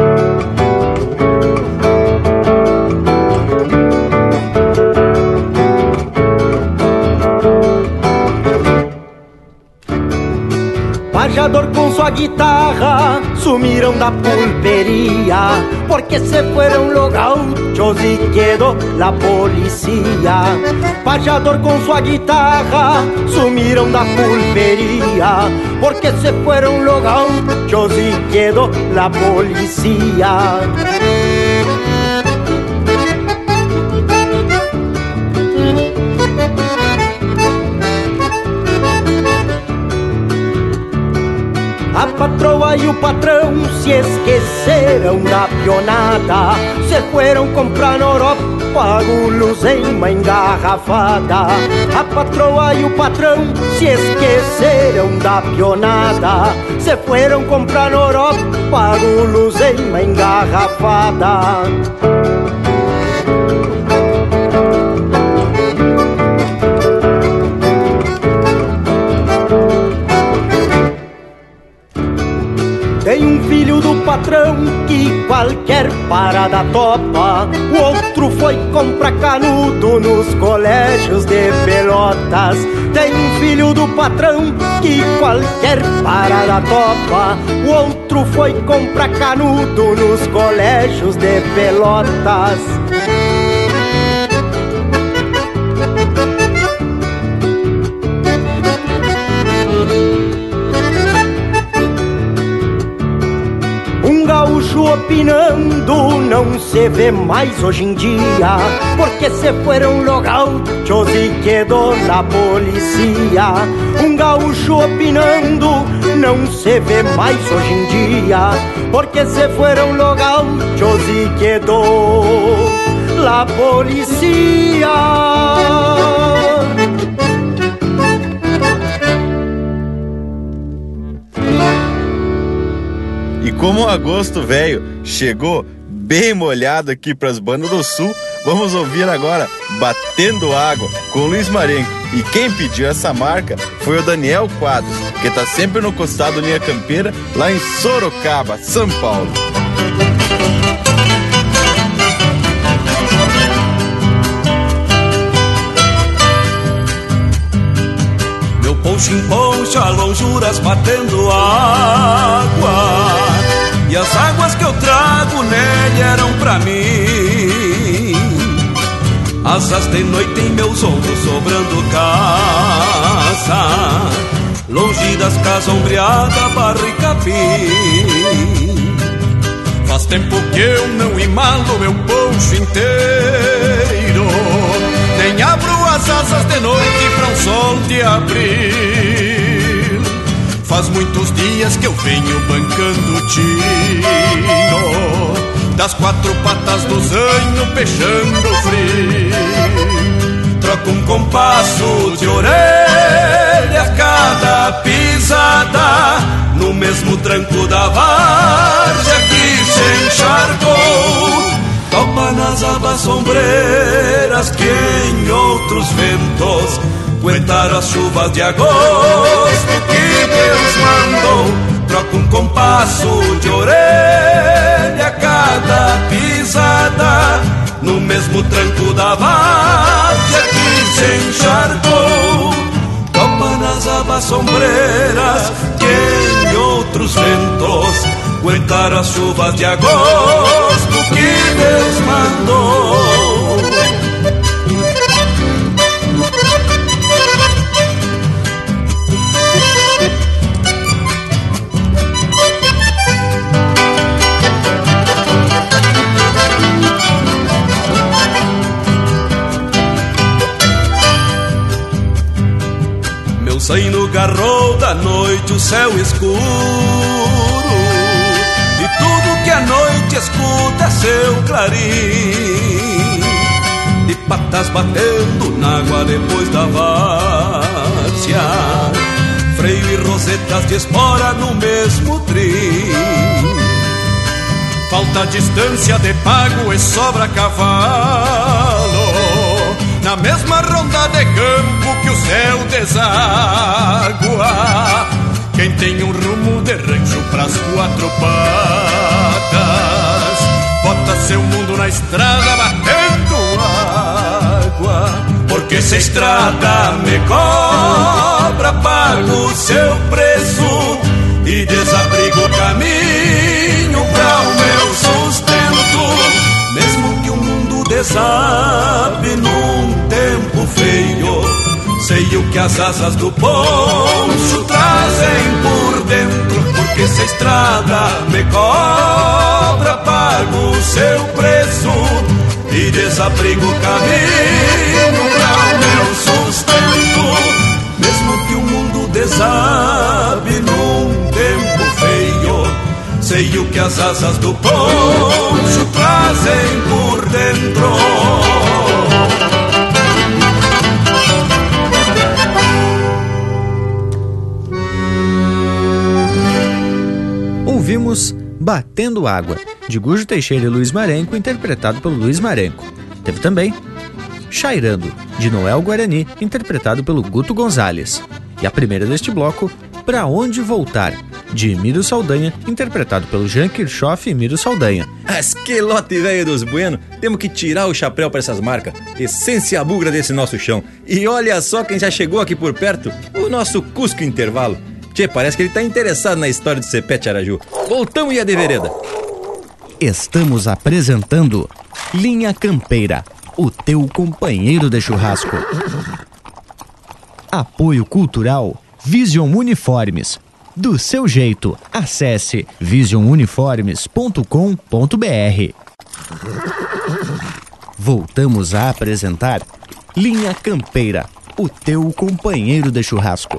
Pajador com sua guitarra sumiram da pulpería, porque se fueron los gauchos y quedó la policía. Pajador con sua guitarra sumiram da pulpería, porque se fueron los gauchos y quedó la policía. A patroa patroa e o patrão se esqueceram da pionada. Se foram comprar na Europa guloseima engarrafada. A patroa e o patrão se esqueceram da pionada. Se foram comprar na Europa guloseima engarrafada. Tem um filho do patrão que qualquer parada topa. O outro foi comprar canudo nos colégios de Pelotas. Tem um filho do patrão que qualquer parada topa. O outro foi comprar canudo nos colégios de Pelotas. Gaúcho opinando não se vê mais hoje em dia, porque se foram los gauchos e quedou na polícia. Um gaúcho opinando não se vê mais hoje em dia, porque se foram los gauchos e quedou la polícia. E como o agosto velho chegou bem molhado aqui pras bandas do sul, vamos ouvir agora Batendo Água com Luiz Marenco. E quem pediu essa marca foi o Daniel Quadros, que tá sempre no costado Linha Campeira, lá em Sorocaba, São Paulo. Meu poncho em poncha, lonjuras batendo água, e as águas que eu trago nele eram pra mim. Asas de noite em meus ombros sobrando casa, longe das casas ombreadas, barro e capim. Faz tempo que eu não imalo meu poncho inteiro, nem abro as asas de noite pra um sol de abril. Faz muitos dias que eu venho bancando o tino das quatro patas do zanho, peixando frio. Troco um compasso de orelha a cada pisada, no mesmo tranco da várzea que se encharcou. Topa nas abas sombreiras que em outros ventos aguentaram as chuvas de agosto que Deus mandou. Troco um compasso de orelha a cada pisada, no mesmo tranco da várzea que se encharcou. Topa nas abas sombreiras que em outros ventos aguentaram as chuvas de agosto que Deus mandou. Meu zaino garrou da noite o céu escuro, e tudo que a noite escuta é seu clarim. De patas batendo na água depois da várzea, freio e rosetas de espora no mesmo trim. Falta distância de pago e sobra cavalo, na mesma ronda de campo que o céu deságua. Quem tem um rumo de rancho pras quatro patas, bota seu mundo na estrada batendo água. Porque se a estrada me cobra, pago seu preço e desabrigo o caminho pra o meu sustento. Mesmo que o mundo desabe num tempo feio, sei o que as asas do poncho trazem por dentro. Porque se a estrada me cobra, pago seu preço e desabrigo o caminho pra o meu sustento. Mesmo que o mundo desabe num tempo feio, brilho que as asas do poncho trazem por dentro. Ouvimos Batendo Água, de Gujo Teixeira e Luiz Marenco, interpretado pelo Luiz Marenco. Teve também Chairando, de Noel Guarani, interpretado pelo Guto Gonzalez. E a primeira deste bloco, Pra Onde Voltar, de Emílio Saldanha, interpretado pelo Jean Kirchhoff e Emílio Saldanha. As que lote velho dos bueno, temos que tirar o chapéu para essas marcas, essência bugra desse nosso chão. E olha só quem já chegou aqui por perto, o nosso Cusco Intervalo. Tchê, parece que ele tá interessado na história do Cepete Araju. Voltamos e a de vereda. Estamos apresentando Linha Campeira, o teu companheiro de churrasco. Apoio Cultural Vision Uniformes. Do seu jeito, acesse vision uniformes ponto com ponto b r. Voltamos a apresentar Linha Campeira, o teu companheiro de churrasco.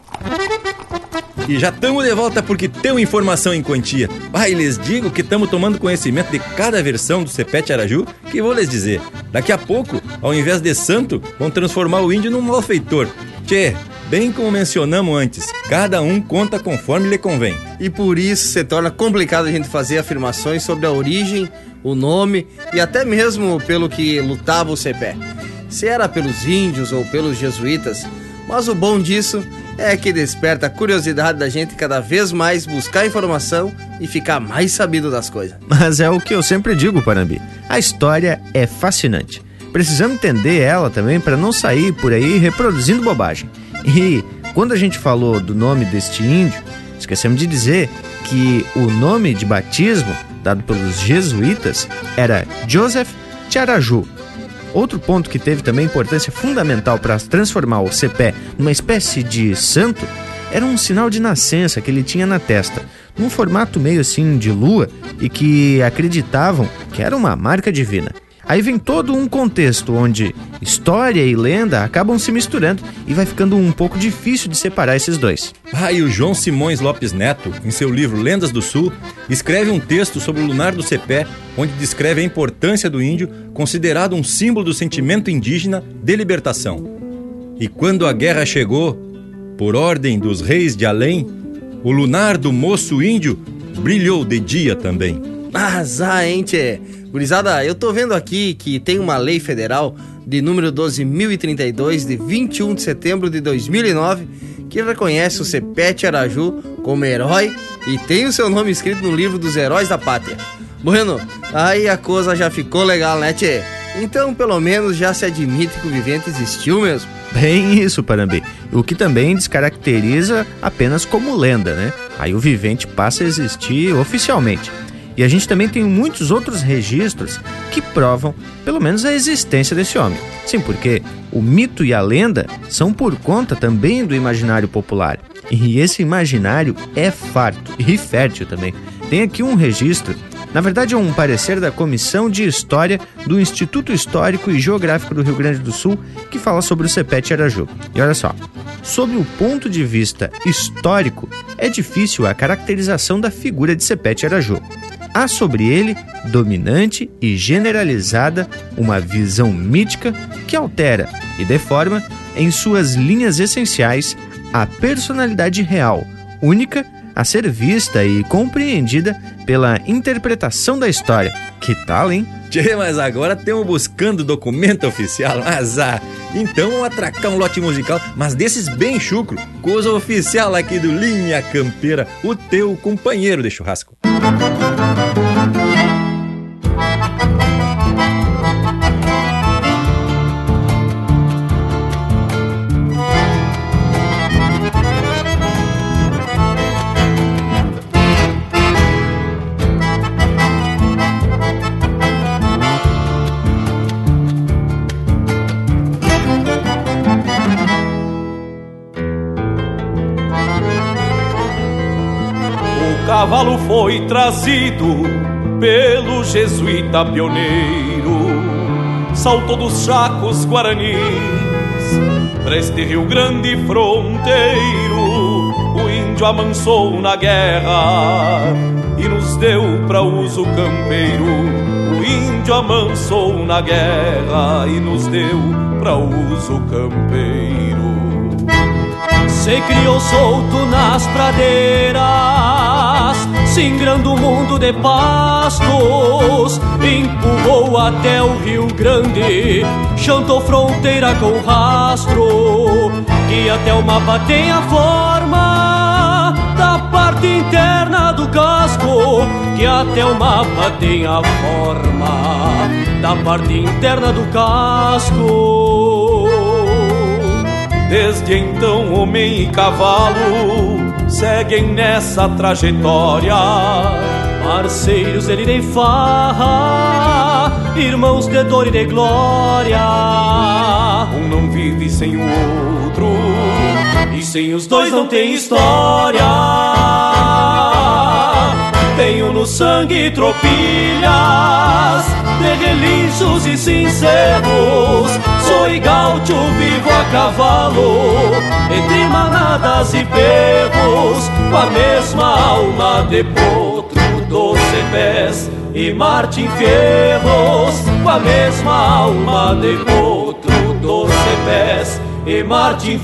E já estamos de volta porque temos informação em quantia. Ah, e lhes digo que estamos tomando conhecimento de cada versão do Cepete Araju, que vou lhes dizer. Daqui a pouco, ao invés de santo, vão transformar o índio num malfeitor. Tchê, bem como mencionamos antes, cada um conta conforme lhe convém. E por isso se torna complicado a gente fazer afirmações sobre a origem, o nome e até mesmo pelo que lutava o Cepé. Se era pelos índios ou pelos jesuítas, mas o bom disso é que desperta a curiosidade da gente cada vez mais buscar informação e ficar mais sabido das coisas. Mas é o que eu sempre digo, Panambi, a história é fascinante. Precisamos entender ela também para não sair por aí reproduzindo bobagem. E quando a gente falou do nome deste índio, esquecemos de dizer que o nome de batismo dado pelos jesuítas era Joseph Tiaraju. Outro ponto que teve também importância fundamental para transformar o Cepé numa espécie de santo era um sinal de nascença que ele tinha na testa, num formato meio assim de lua e que acreditavam que era uma marca divina. Aí vem todo um contexto onde história e lenda acabam se misturando e vai ficando um pouco difícil de separar esses dois. Ah, e o João Simões Lopes Neto, em seu livro Lendas do Sul, escreve um texto sobre o lunar do Cepé, onde descreve a importância do índio, considerado um símbolo do sentimento indígena de libertação. E quando a guerra chegou, por ordem dos reis de além, o lunar do moço índio brilhou de dia também. Mas, ah, hein, tchê. Gurizada, eu tô vendo aqui que tem uma lei federal de número doze mil e trinta e dois, de vinte e um de setembro de dois mil e nove, que reconhece o Cepete Araju como herói e tem o seu nome escrito no livro dos heróis da pátria. Bueno, aí a coisa já ficou legal, né, tchê? Então, pelo menos, já se admite que o vivente existiu mesmo. Bem isso, Parambi. O que também descaracteriza apenas como lenda, né? Aí o vivente passa a existir oficialmente. E a gente também tem muitos outros registros que provam, pelo menos, a existência desse homem. Sim, porque o mito e a lenda são por conta também do imaginário popular. E esse imaginário é farto e fértil também. Tem aqui um registro, na verdade é um parecer da Comissão de História do Instituto Histórico e Geográfico do Rio Grande do Sul, que fala sobre o Cepete Araju. E olha só, sob o ponto de vista histórico, é difícil a caracterização da figura de Cepete Araju. Há sobre ele, dominante e generalizada, uma visão mítica que altera e deforma, em suas linhas essenciais, a personalidade real, única a ser vista e compreendida pela interpretação da história. Que tal, hein? Tchê, mas agora estamos buscando documento oficial, mas ah, então vamos atracar um lote musical, mas desses bem chucro, coisa oficial aqui do Linha Campeira, o teu companheiro de churrasco. O cavalo foi trazido pelo jesuíta pioneiro, saltou dos chacos guaranis pra este Rio Grande fronteiro. O índio amansou na guerra, e nos deu pra uso campeiro. O índio amansou na guerra e nos deu pra uso campeiro. Se criou solto nas pradeiras, singrando o mundo de pastos, empurrou até o Rio Grande, chantou fronteira com rastro, que até o mapa tem a forma da parte interna do casco, que até o mapa tem a forma da parte interna do casco. Desde então, homem e cavalo seguem nessa trajetória, parceiros de lida e farra, irmãos de dor e de glória. Um não vive sem o outro, e sem os dois não tem história. Tenho no sangue tropilhas de relinchos e sinceros. Sou gaúcho, vivo a cavalo, entre manadas e perros, com a mesma alma de potro, doze pés e Martim Fierros. Com a mesma alma de potro, doze pés e Martim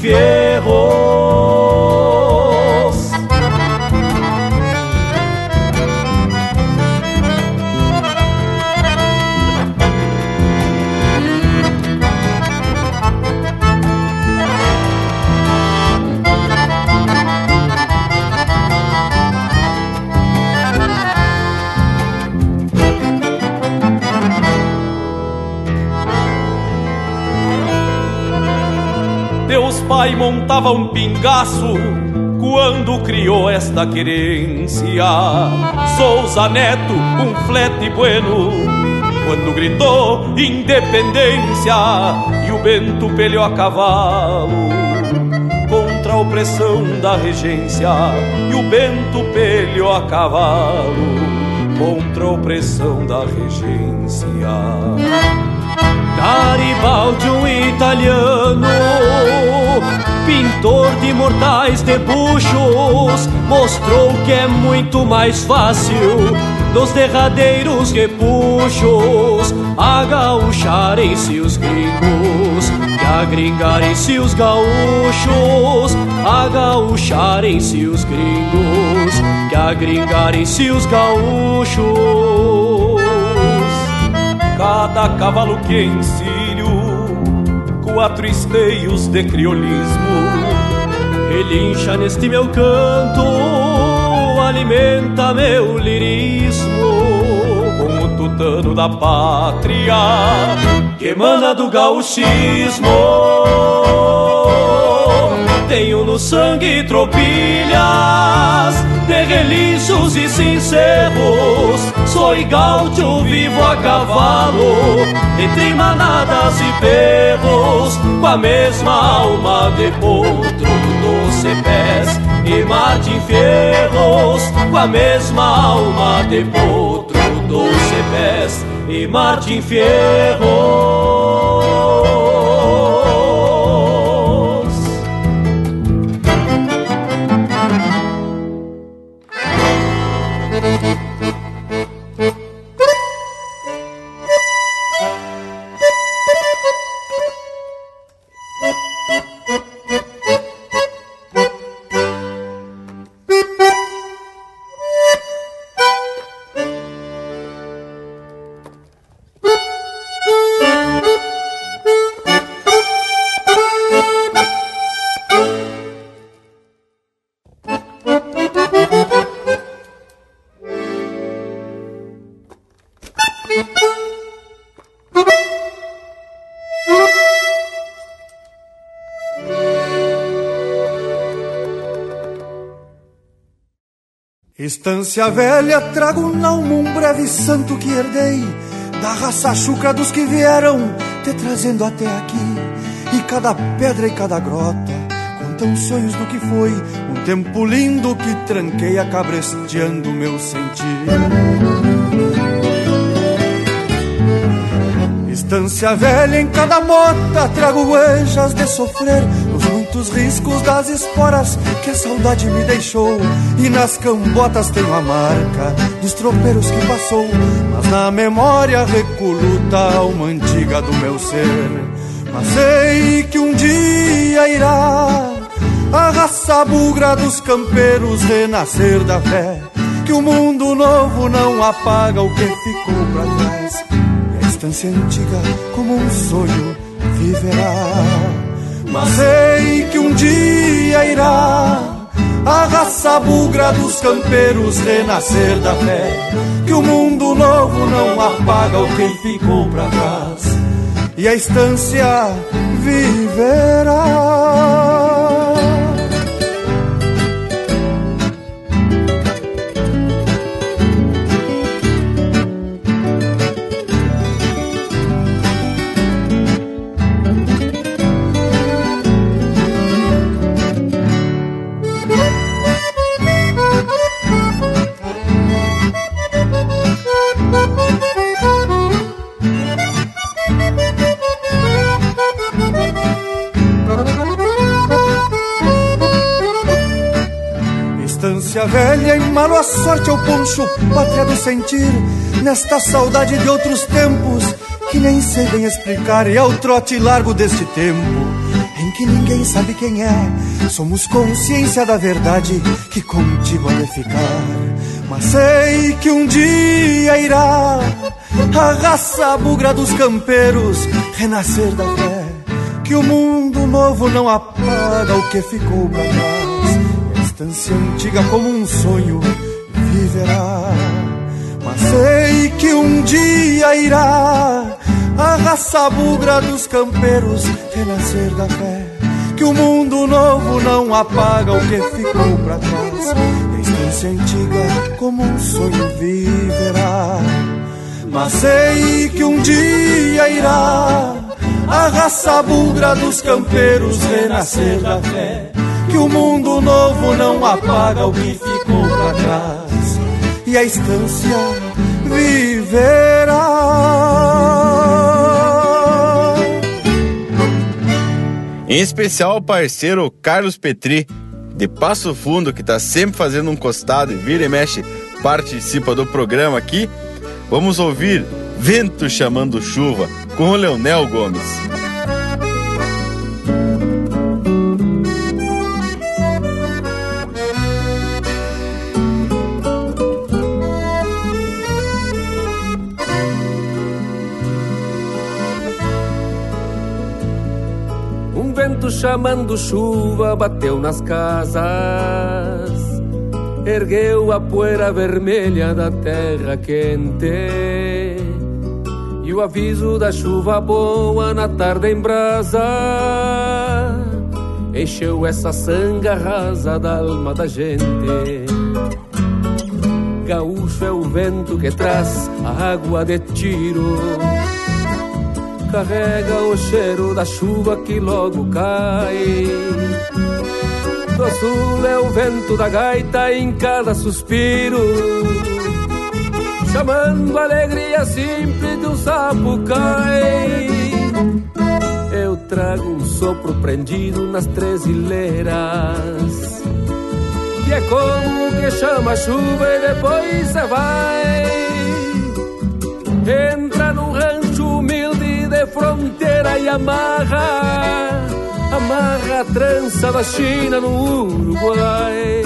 Fierros. Deus Pai montava um pingaço quando criou esta querência. Souza Neto, um flete bueno, quando gritou independência. E o Bento peleou a cavalo contra a opressão da regência. E o Bento peleou a cavalo contra a opressão da regência. Garibaldi, um italiano, pintor de mortais debuxos, mostrou que é muito mais fácil nos derradeiros repuxos agaucharem-se os gringos que agringarem-se os gaúchos, agaucharem-se os gringos que agringarem-se os gaúchos. Cada cavalo que encilho, quatro esteios de criolismo, relincha neste meu canto, alimenta meu lirismo, com o tutano da pátria que emana do gauchismo. Tenho no sangue tropilhas de relinchos e sinceros. Sou gaúcho, vivo a cavalo, entre manadas e perros, com a mesma alma de potro, doze pés e Martim Fierros. Com a mesma alma de potro, doze pés e Martim Fierros. Estância velha, trago na alma um breve santo que herdei da raça chucra dos que vieram te trazendo até aqui. E cada pedra e cada grota contam sonhos do que foi um tempo lindo que tranqueia cabresteando meu sentir. Estância velha, em cada mota trago huellas de sofrer, nos Os muitos riscos das esporas que a saudade me deixou, e nas cambotas tenho a marca dos tropeiros que passou. Mas na memória recoluta a alma antiga do meu ser. Mas sei que um dia irá a raça bugra dos campeiros renascer da fé, que o mundo novo não apaga o que ficou pra trás, e a estância antiga como um sonho viverá. Mas sei que um dia irá a raça bugra dos campeiros renascer da fé, que o mundo novo não apaga o que ficou pra trás, e a estância viverá. Estância velha, em malo a sorte ao poncho, pátria do sentir, nesta saudade de outros tempos que nem sei bem explicar, e ao trote largo deste tempo em que ninguém sabe quem é, somos consciência da verdade que contigo há de ficar. Mas sei que um dia irá a raça bugra dos campeiros renascer da fé, que o mundo novo não apaga o que ficou pra trás, estância antiga como um sonho viverá. Mas sei que um dia irá a raça bugra dos campeiros renascer da fé, que o mundo novo não apaga o que ficou pra trás, a estância antiga como um sonho viverá. Mas sei que um dia irá a raça bugra dos campeiros renascer da fé, que o mundo novo não apaga o que ficou pra trás, e a estância viverá. Em especial o parceiro Carlos Petri, de Passo Fundo, que tá sempre fazendo um costado e vira e mexe, participa do programa aqui. Vamos ouvir Vento Chamando Chuva, com o Leonel Gomes. Chamando chuva, bateu nas casas, ergueu a poeira vermelha da terra quente, e o aviso da chuva boa na tarde em brasa encheu essa sanga rasa da alma da gente. Gaúcho é o vento que traz a água de tiro, carrega o cheiro da chuva que logo cai. Do sul é o vento da gaita em cada suspiro, chamando a alegria simples de um sapucai. Eu trago um sopro prendido nas três ilheiras, que é como que chama a chuva e depois cê vai. Entra num rancho humilde de fronteira e amarra, amarra a trança da China no Uruguai.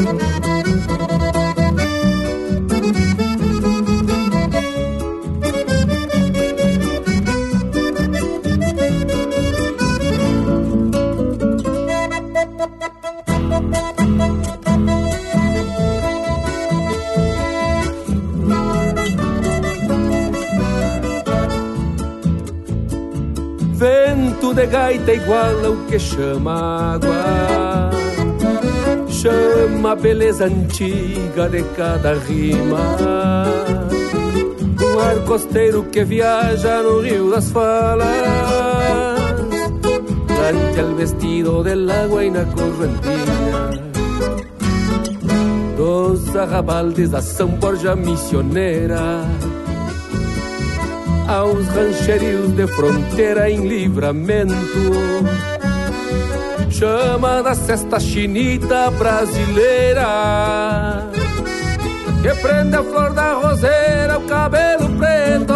Vento de gaita igual ao que chama água, chama a beleza antiga de cada rima. Um ar costeiro que viaja no rio das falas, plancha el vestido del agua y na correntina. Dos arrabaldes da São Borja missioneira aos rancherios de fronteira em Livramento, chama da cesta chinita brasileira, que prende a flor da roseira, o cabelo preto.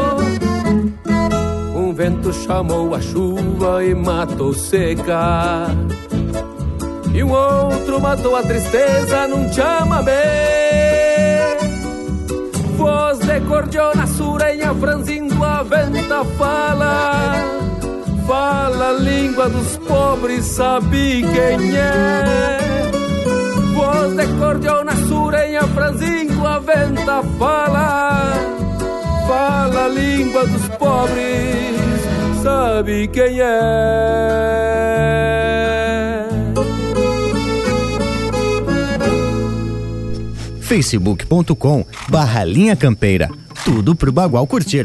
Um vento chamou a chuva e matou seca, e um outro matou a tristeza num chamamé. Voz de cordiona surenha franzindo a venta fala, fala a língua dos pobres, sabe quem é. Voz de cordiona surenha franzindo a venta fala, fala a língua dos pobres, sabe quem é. facebook ponto com barra Linha Campeira. Tudo pro bagual curtir.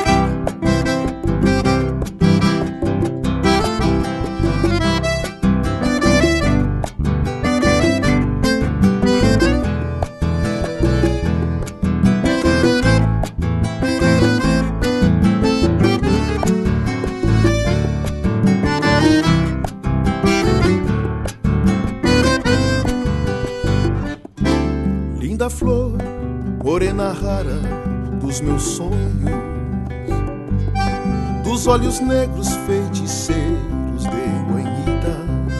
Flor, morena rara dos meus sonhos, dos olhos negros feiticeiros de guanhita.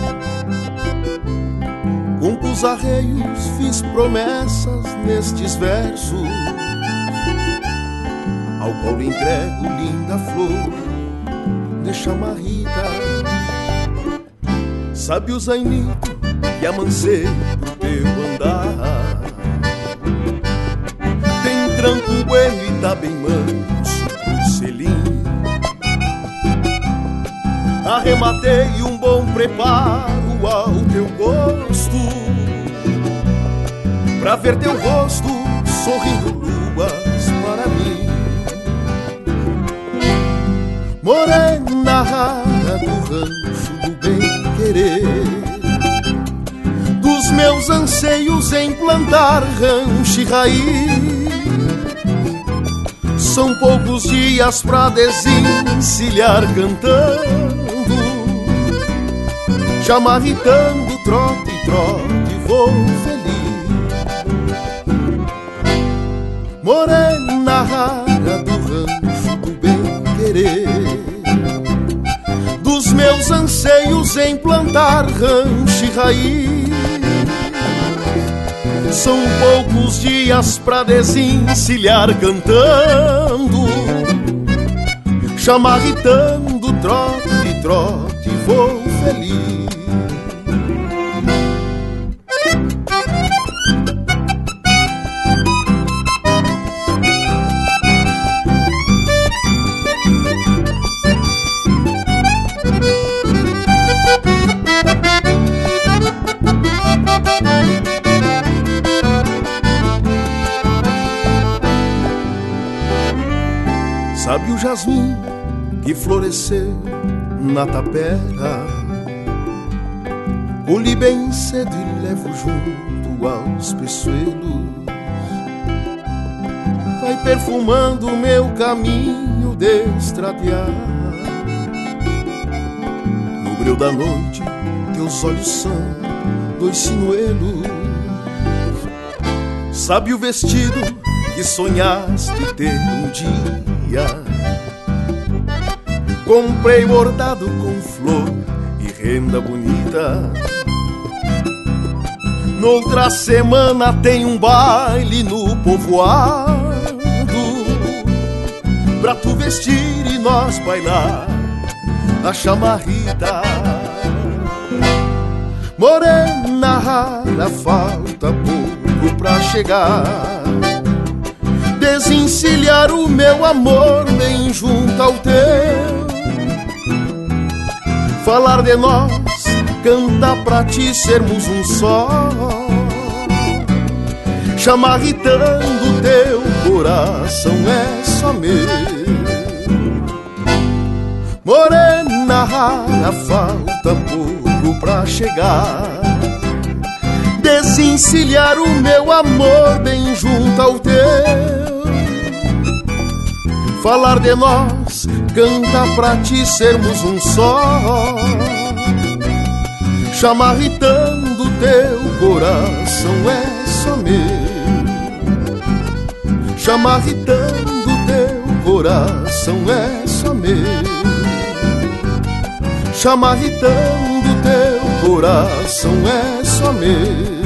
Com os arreios fiz promessas nestes versos, ao qual entrego linda flor de chamarrita. Sabe o zainito que amancei pro teu andar, tranco bueno e tá bem manso pro selim. Arrematei um bom preparo ao teu gosto, pra ver teu rosto sorrindo luas para mim. Morena rara do rancho do bem-querer, dos meus anseios em plantar rancho e raiz. São poucos dias pra desencilhar cantando, já marritando, trote, trote, vou feliz. Morena rara do rancho do bem-querer, dos meus anseios em plantar rancho e raiz. São poucos dias pra desencilhar cantando, chamarritando, trote, trote, vou feliz. Sabe o jasmim que floresceu na tapera, colhi bem cedo e levo junto aos peçoelos. Vai perfumando o meu caminho de estradear. No breu da noite teus olhos são dois sinuelos. Sabe o vestido que sonhaste ter um dia, comprei bordado com flor e renda bonita. Noutra semana tem um baile no povoado, pra tu vestir e nós bailar a chamarrita. Morena rara, falta pouco pra chegar, desencilhar o meu amor bem junto ao teu. Falar de nós, cantar pra ti sermos um só, chamarritando teu coração é só meu. Morena rara, falta pouco pra chegar, desencilhar o meu amor bem junto ao teu. Falar de nós, canta pra ti sermos um só, chamarritando teu coração é só meu. Chamarritando teu coração é só meu. Chamarritando teu coração é só meu.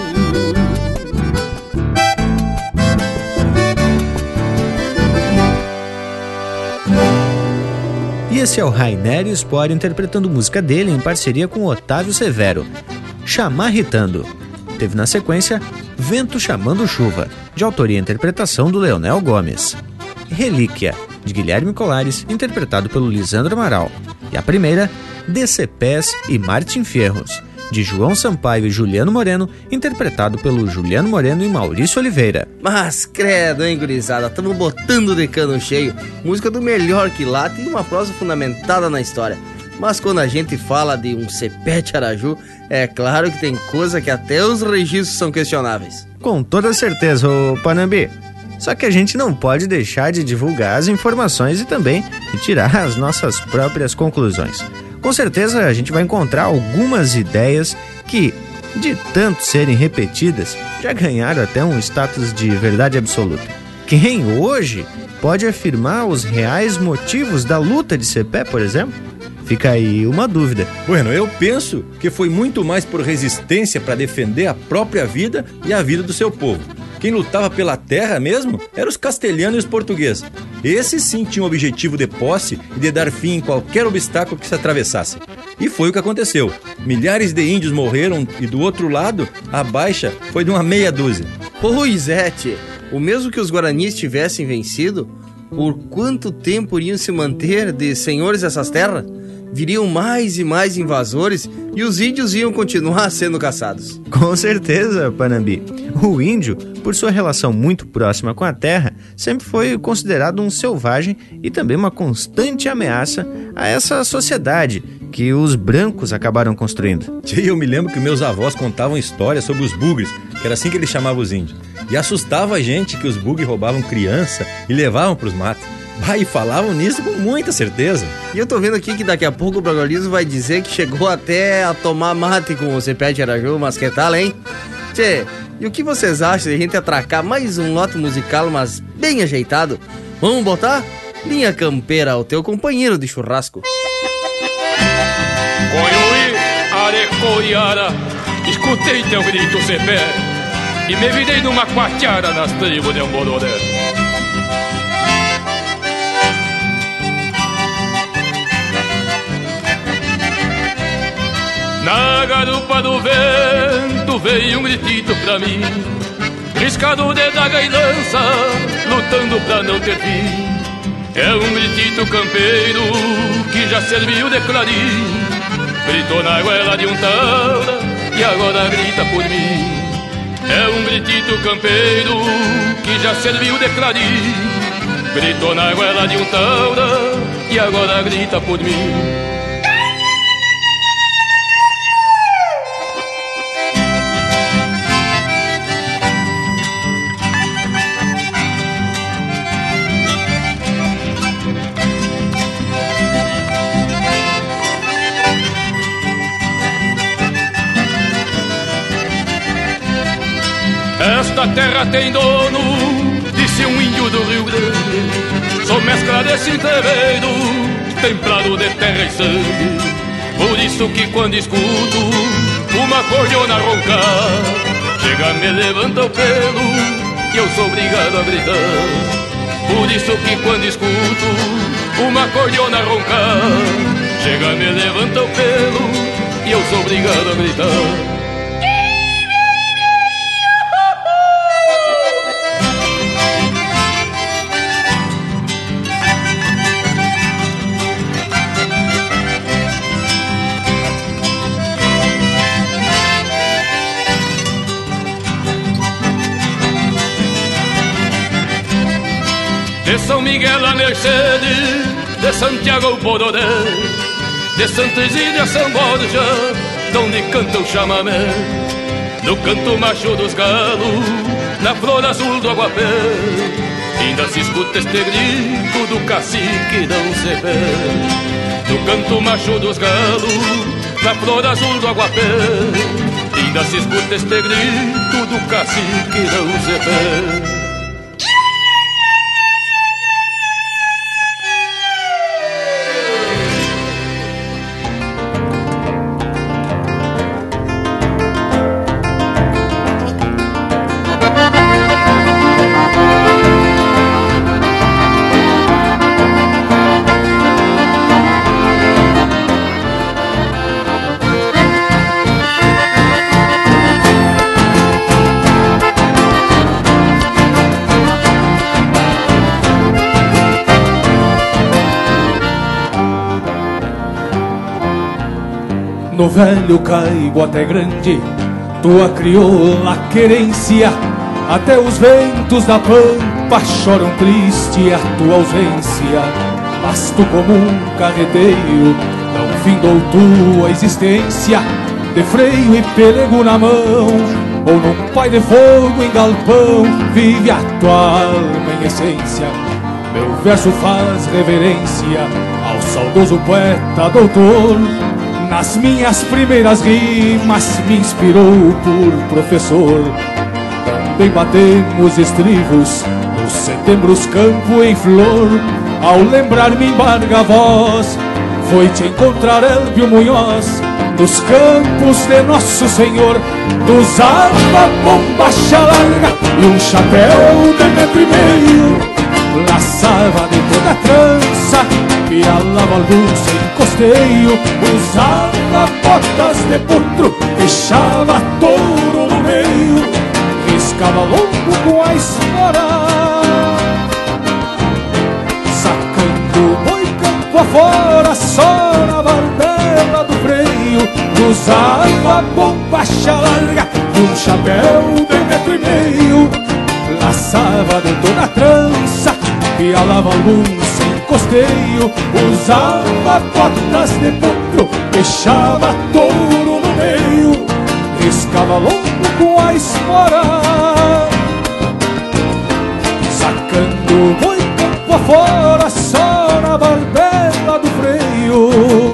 E esse é o Rainério Spohr interpretando música dele em parceria com Otávio Severo, Chamarritando. Teve na sequência Vento Chamando Chuva, de autoria e interpretação do Leonel Gomes. Relíquia, de Guilherme Colares, interpretado pelo Lisandro Amaral. E a primeira, Decepés e Martim Fierros, de João Sampaio e Juliano Moreno, interpretado pelo Juliano Moreno e Maurício Oliveira. Mas credo, hein, gurizada? Tamo botando de cano cheio. Música do melhor que late e uma prosa fundamentada na história. Mas quando a gente fala de um cepete araju, é claro que tem coisa que até os registros são questionáveis. Com toda certeza, ô Panambi. Só que a gente não pode deixar de divulgar as informações e também de tirar as nossas próprias conclusões. Com certeza a gente vai encontrar algumas ideias que, de tanto serem repetidas, já ganharam até um status de verdade absoluta. Quem hoje pode afirmar os reais motivos da luta de Cepé, por exemplo? Fica aí uma dúvida. Bueno, eu penso que foi muito mais por resistência para defender a própria vida e a vida do seu povo. Quem lutava pela terra mesmo eram os castelhanos e os portugueses. Esses sim tinham o objetivo de posse e de dar fim em qualquer obstáculo que se atravessasse. E foi o que aconteceu. Milhares de índios morreram e do outro lado, a baixa foi de uma meia dúzia. Pois é, tchê. O mesmo que os guaranis tivessem vencido, por quanto tempo iriam se manter de senhores dessas terras? Viriam mais e mais invasores e os índios iam continuar sendo caçados. Com certeza, Panambi. O índio, por sua relação muito próxima com a terra, sempre foi considerado um selvagem e também uma constante ameaça a essa sociedade que os brancos acabaram construindo. Eu me lembro que meus avós contavam histórias sobre os bugres, que era assim que eles chamavam os índios. E assustava a gente que os bugres roubavam criança e levavam para os matos. Ah, e falavam nisso com muita certeza. E eu tô vendo aqui que daqui a pouco o Bragualismo vai dizer que chegou até a tomar mate com o cepete araju, mas que tal, hein? Tchê, e o que vocês acham de a gente atracar mais um lote musical, mas bem ajeitado? Vamos botar? Linha Campeira, o teu companheiro de churrasco. Coiui, arecoiara, escutei teu grito cepé e me virei numa quatiara nas tribos de Ambororé. Na garupa do vento veio um gritito pra mim, riscado de daga e lança, lutando pra não ter fim. É um gritito campeiro que já serviu de clarim, gritou na goela de um taura e agora grita por mim. É um gritito campeiro que já serviu de clarim, gritou na goela de um taura e agora grita por mim. Esta terra tem dono, disse um índio do Rio Grande. Sou mescla desse entreveiro, templado de terra e sangue. Por isso que quando escuto uma cordiona roncar, chega, me levanta o pelo e eu sou obrigado a gritar. Por isso que quando escuto uma cordiona roncar, chega, me levanta o pelo e eu sou obrigado a gritar. De São Miguel a Mercedes, de Santiago ao Bororé, de Santa Isília a São Borja, donde canta o chamamé. No canto macho dos galos, na flor azul do aguapé, ainda se escuta este grito do cacique não se pé. No canto macho dos galos, na flor azul do aguapé. Ainda se escuta este grito do cacique não se pé. No velho caibo até grande, tua crioula querência, até os ventos da pampa choram triste a tua ausência. Mas tu como um carreteiro não findou tua existência, de freio e pelego na mão, ou num pai de fogo em galpão, vive a tua alma em essência. Meu verso faz reverência ao saudoso poeta doutor. Nas minhas primeiras rimas me inspirou por professor. Também batemos estribos nos setembros campo em flor. Ao lembrar-me embarga a voz, foi te encontrar Elbio Munhoz nos campos de Nosso Senhor. Tu usava bombacha larga e um chapéu de metro e meio, laçava de toda a trança, pialava algum sem costeio, usava botas de potro, deixava touro no meio, riscava longo com a espora, sacando boi campo afora, só na barbela do freio. Usava bombacha larga e um chapéu de metro e meio, laçava de toda a trança, pialava algum sem costeio, usava botas de potro, deixava touro no meio, riscava longo com a espora, sacando boi campo afora, só na barbela do freio.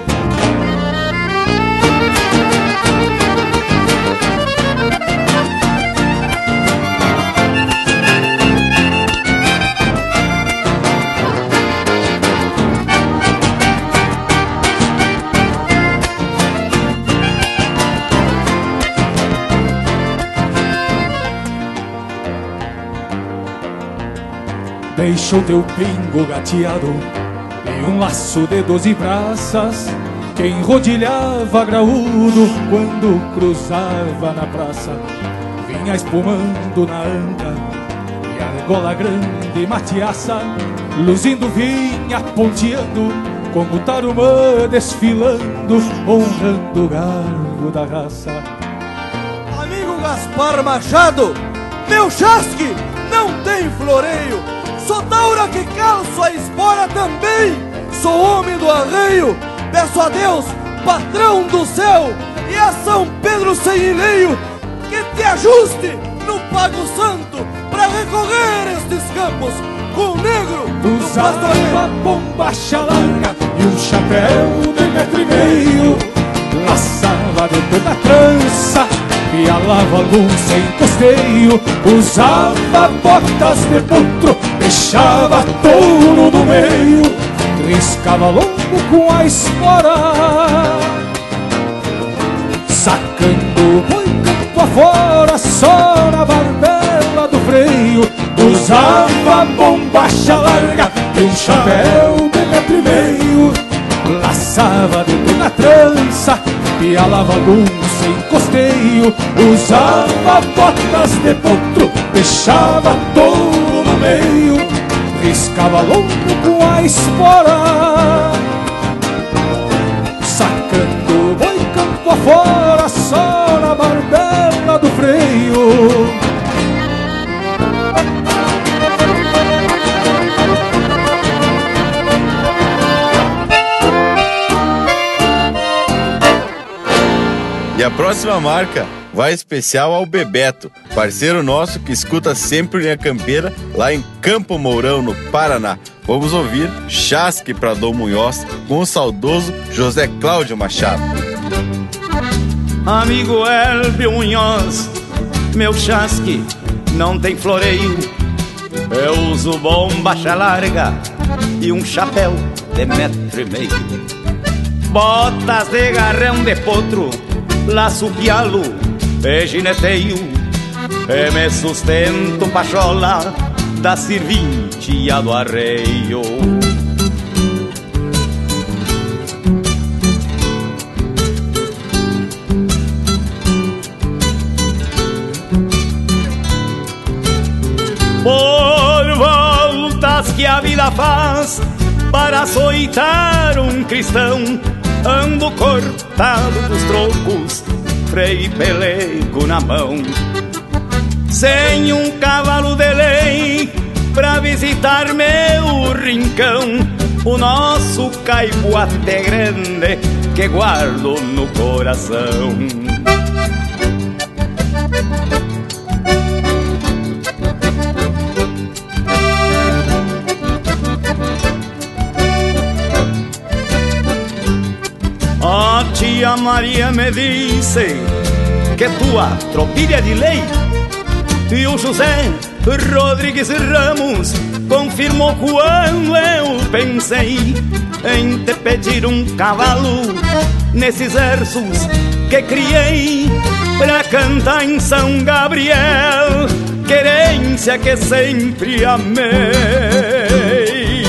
Deixou teu pingo gateado e um laço de doze braças que enrodilhava graúdo quando cruzava na praça. Vinha espumando na anca e argola grande matiaça, luzindo vinha ponteando como tarumã desfilando, honrando o garbo da raça. Amigo Gaspar Machado, meu chasque não tem floreio, sou taura que calço a espora também, sou homem do arreio, peço a Deus, patrão do céu, e a São Pedro sem enleio, que te ajuste no Pago Santo pra recorrer estes campos com o negro. Usava bombacha larga e um chapéu de metro e meio, laçava de toda a trança, pialava algum sem costeio, usava botas de potro, deixava touro no meio, riscava longo com a espora, sacando boi campo afora, só na barbela do freio. Usava bombacha larga e um chapéu de metro e meio, laçava de toda a trança, pialava algum sem costeio, usava botas de potro, deixava touro no meio, riscava longo com a espora, sacando boi campo afora, só na barbela do freio. E a próxima marca vai especial ao Bebeto, parceiro nosso que escuta sempre Linha Campeira lá em Campo Mourão, no Paraná. Vamos ouvir Chasque para Dom Munhoz com o saudoso José Cláudio Machado. Amigo Elvio Munhoz, meu chasque não tem floreio. Eu uso bombacha larga e um chapéu de metro e meio. Botas de garrão de potro, laço pialo e gineteio. E me sustento pachola da serventia do arreio. Por voltas que a vida faz para açoitar um cristão, ando cortado dos trocos, freio e pelego na mão. Sem um cavalo de lei pra visitar meu rincão, o nosso caipoate grande que guardo no coração. A tia Maria me disse que tua tropilha de lei, e o José Rodrigues Ramos confirmou quando eu pensei em te pedir um cavalo nesses versos que criei pra cantar em São Gabriel, querência que sempre amei.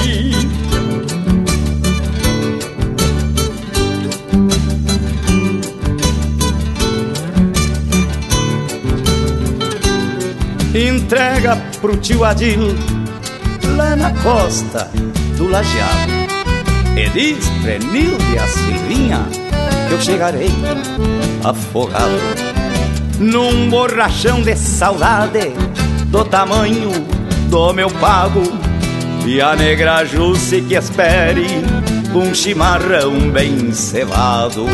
Entrega pro tio Adil lá na costa do Lajeado, e diz pra Nilde a Silvinha que eu chegarei afogado num borrachão de saudade do tamanho do meu pago, e a negra Jusce que espere um chimarrão bem cevado.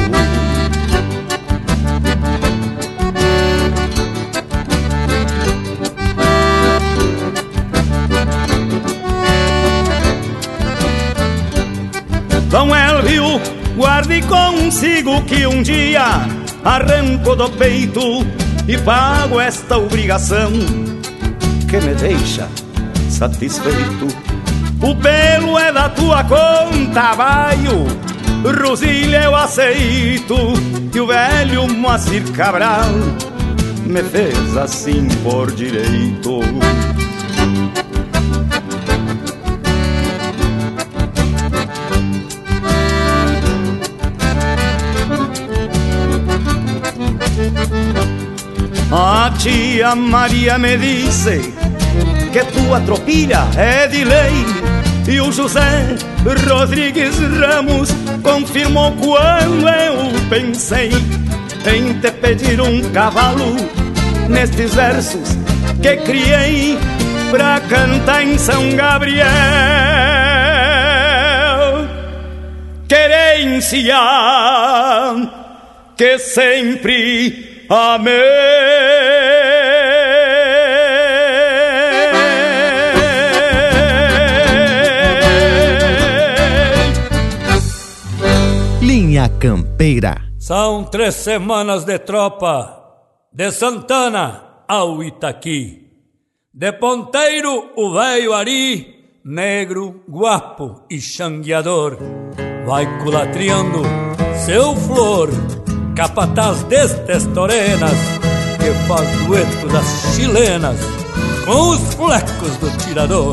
Dom Elvio, guarde consigo que um dia arranco do peito e pago esta obrigação que me deixa satisfeito. O pelo é da tua conta, baio, Rosilha eu aceito, e o velho Moacir Cabral me fez assim por direito. A tia Maria me disse que tua tropilha é de lei, e o José Rodrigues Ramos confirmou quando eu pensei em te pedir um cavalo nestes versos que criei pra cantar em São Gabriel, querência que sempre amei. Linha Campeira. São três semanas de tropa, de Santana ao Itaqui. De ponteiro o velho Ari, negro, guapo e xangueador, vai culatriando seu flor, capataz destas torenas, que faz dueto das chilenas com os flecos do tirador.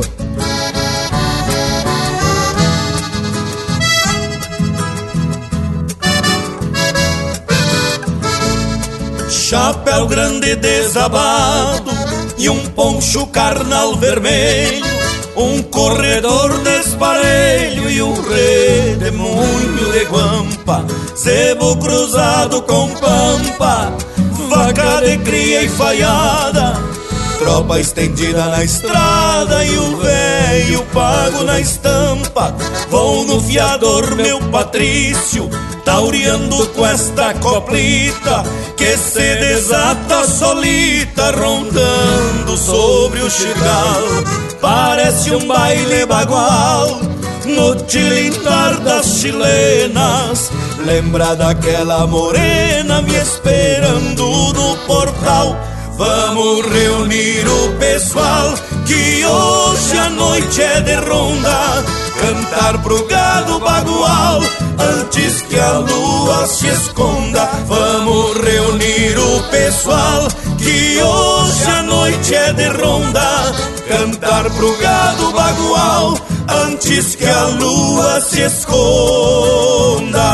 Chapéu grande desabado e um poncho carnal vermelho, um corredor desparelho e um redemoinho de guampa, sebo cruzado com pampa, vaca de cria e falhada, tropa estendida na estrada e o velho pago na estampa. Vou no fiador, meu Patrício, taureando com esta coplita que se desata solita, rondando sobre o xirgal. Parece um baile bagual no tilintar das chilenas. Lembra daquela morena me esperando no portal. Vamos reunir o pessoal que hoje a noite é de ronda. Cantar pro gado bagual antes que a lua se esconda. Vamos reunir o pessoal que hoje a noite é de ronda. Cantar pro gado bagual antes que a lua se esconda.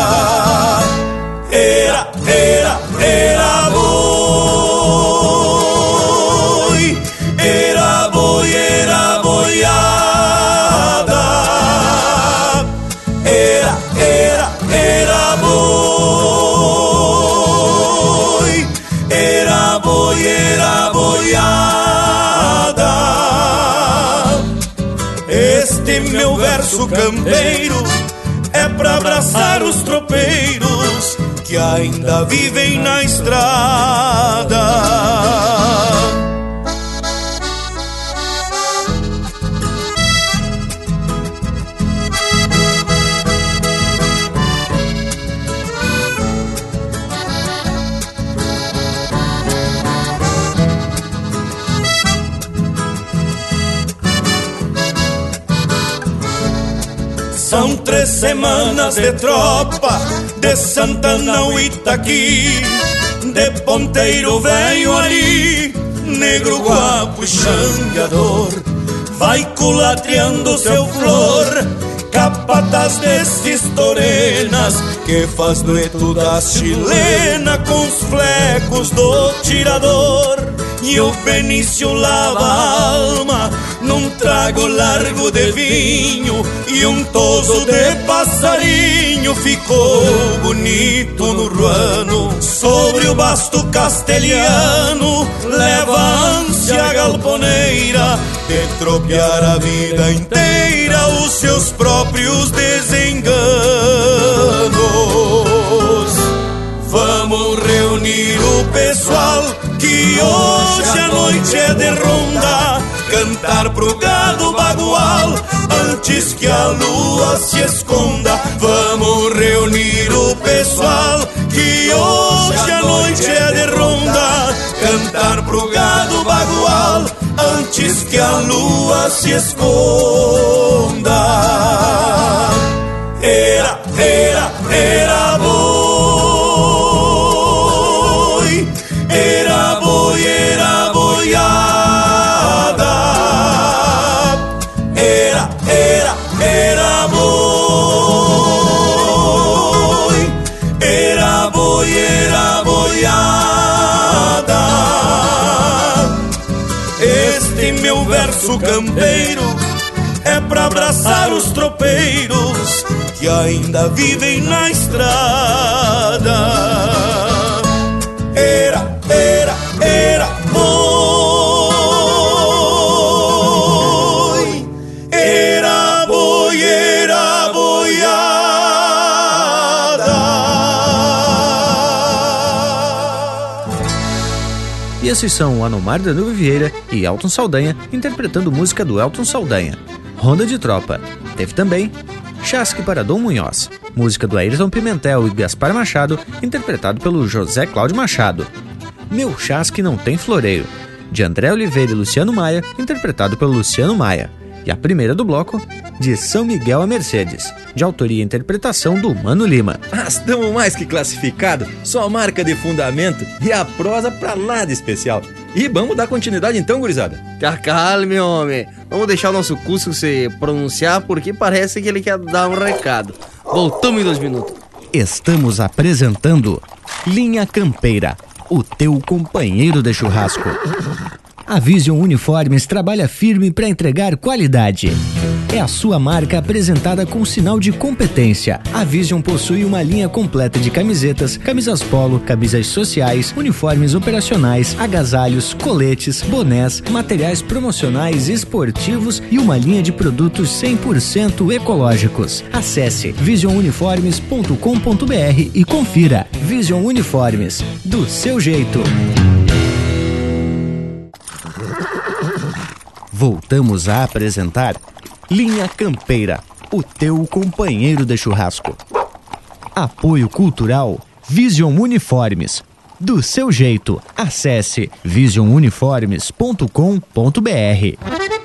Era, era, era boi, era boi, era boiada. Era, era, era boi, era boi, era boiada. Este meu verso campeiro é pra abraçar os tropeiros que ainda vivem na estrada. São três semanas de tropa, de Santana ao Itaqui, de ponteiro velho ali, negro guapo e xangador. Vai culatriando seu flor, capataz destes torenas, que faz dueto da chilena com os flecos do tirador. E o Benício lava a alma num trago largo de vinho, e um toso de passarinho ficou bonito no ruano. Sobre o basto castelhano leva a ânsia galponeira de tropear a vida inteira os seus próprios desenganos. Vamos reunir o pessoal que hoje a noite é de ronda. Cantar pro gado bagual antes que a lua se esconda. Vamos reunir o pessoal que hoje a noite é de ronda. Cantar pro gado bagual antes que a lua se esconda. Era, era, era boi, era boi, era boiada. Era, era, era boi, era boi, era boiada. Este meu verso campeiro é pra abraçar os tropeiros que ainda vivem na estrada. Era, era, era boi, era boi, era boiada. E esses são o Anomar Danube Vieira e Elton Saldanha interpretando música do Elton Saldanha, Ronda de Tropa. Teve também Chasque para Dom Munhoz, música do Ayrton Pimentel e Gaspar Machado, interpretado pelo José Cláudio Machado. Meu Chasque Não Tem Floreio, de André Oliveira e Luciano Maia, interpretado pelo Luciano Maia. E a primeira do bloco, de São Miguel a Mercedes, de autoria e interpretação do Mano Lima. Ah, estamos mais que classificado, só marca de fundamento e a prosa pra lá de especial. E vamos dar continuidade então, gurizada? Calme, homem. Vamos deixar o nosso Cusco se pronunciar, porque parece que ele quer dar um recado. Voltamos em dois minutos. Estamos apresentando Linha Campeira, o teu companheiro de churrasco. A Vision Uniformes trabalha firme para entregar qualidade. É a sua marca apresentada com sinal de competência. A Vision possui uma linha completa de camisetas, camisas polo, camisas sociais, uniformes operacionais, agasalhos, coletes, bonés, materiais promocionais e esportivos e uma linha de produtos cem por cento ecológicos. Acesse vision uniformes ponto com ponto b r e confira. Vision Uniformes, do seu jeito. Voltamos a apresentar Linha Campeira, o teu companheiro de churrasco. Apoio Cultural Vision Uniformes. Do seu jeito, acesse vision uniformes ponto com ponto b r.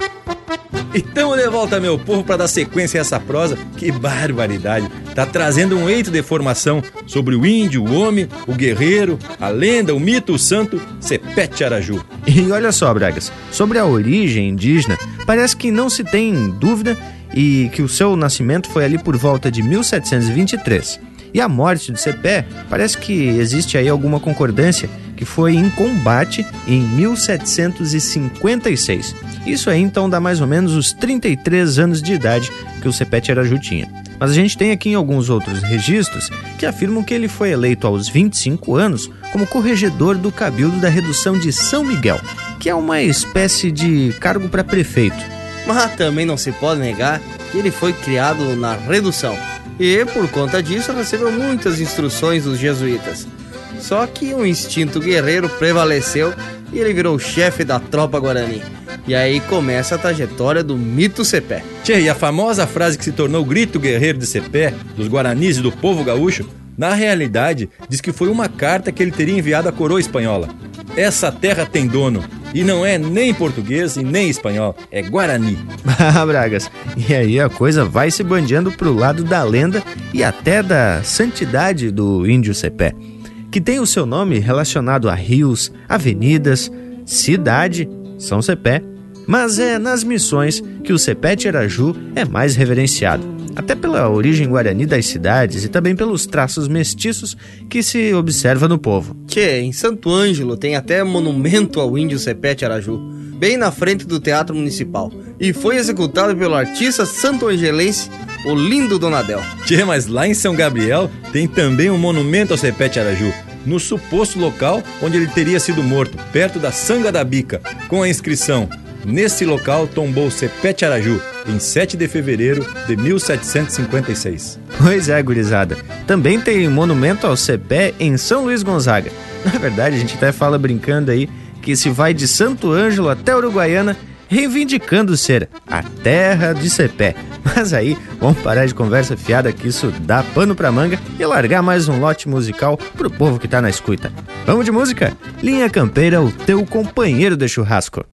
E tamo de volta, meu povo, para dar sequência a essa prosa. Que barbaridade! Tá trazendo um eito de formação sobre o índio, o homem, o guerreiro, a lenda, o mito, o santo, Sepete Araju. E olha só, Bragas, sobre a origem indígena, parece que não se tem dúvida e que o seu nascimento foi ali por volta de mil setecentos e vinte e três. E a morte de Sepé, parece que existe aí alguma concordância, que foi em combate em mil setecentos e cinquenta e seis. Isso aí então dá mais ou menos os trinta e três anos de idade que o Sepete Araju tinha. Mas a gente tem aqui alguns outros registros que afirmam que ele foi eleito aos vinte e cinco anos como corregedor do Cabildo da Redução de São Miguel, que é uma espécie de cargo para prefeito. Mas também não se pode negar que ele foi criado na Redução e, por conta disso, recebeu muitas instruções dos jesuítas. Só que um instinto guerreiro prevaleceu e ele virou chefe da tropa Guarani. E aí começa a trajetória do mito Sepé. Tchê, e a famosa frase que se tornou o grito guerreiro de Sepé, dos Guaranis e do povo gaúcho, na realidade, diz que foi uma carta que ele teria enviado à coroa espanhola. Essa terra tem dono, e não é nem português e nem espanhol, é Guarani. Ah, Bragas, e aí a coisa vai se bandeando pro lado da lenda e até da santidade do índio Sepé, que tem o seu nome relacionado a rios, avenidas, cidade, São Sepé, mas é nas missões que o Sepete Araju é mais reverenciado, até pela origem guarani das cidades e também pelos traços mestiços que se observa no povo. Tchê, em Santo Ângelo tem até monumento ao índio Sepete Araju, bem na frente do Teatro Municipal, e foi executado pelo artista santo-angelense Olindo Donadel. Tchê, mas lá em São Gabriel tem também um monumento ao Sepete Araju, no suposto local onde ele teria sido morto, perto da Sanga da Bica, com a inscrição: nesse local tombou Sepete Araju, em sete de fevereiro de mil setecentos e cinquenta e seis. Pois é, gurizada. Também tem monumento ao Sepé em São Luís Gonzaga. Na verdade, a gente até fala brincando aí que se vai de Santo Ângelo até Uruguaiana, reivindicando ser a terra de Sepé. Mas aí, vamos parar de conversa fiada que isso dá pano pra manga e largar mais um lote musical pro povo que tá na escuta. Vamos de música? Linha Campeira, o teu companheiro de churrasco.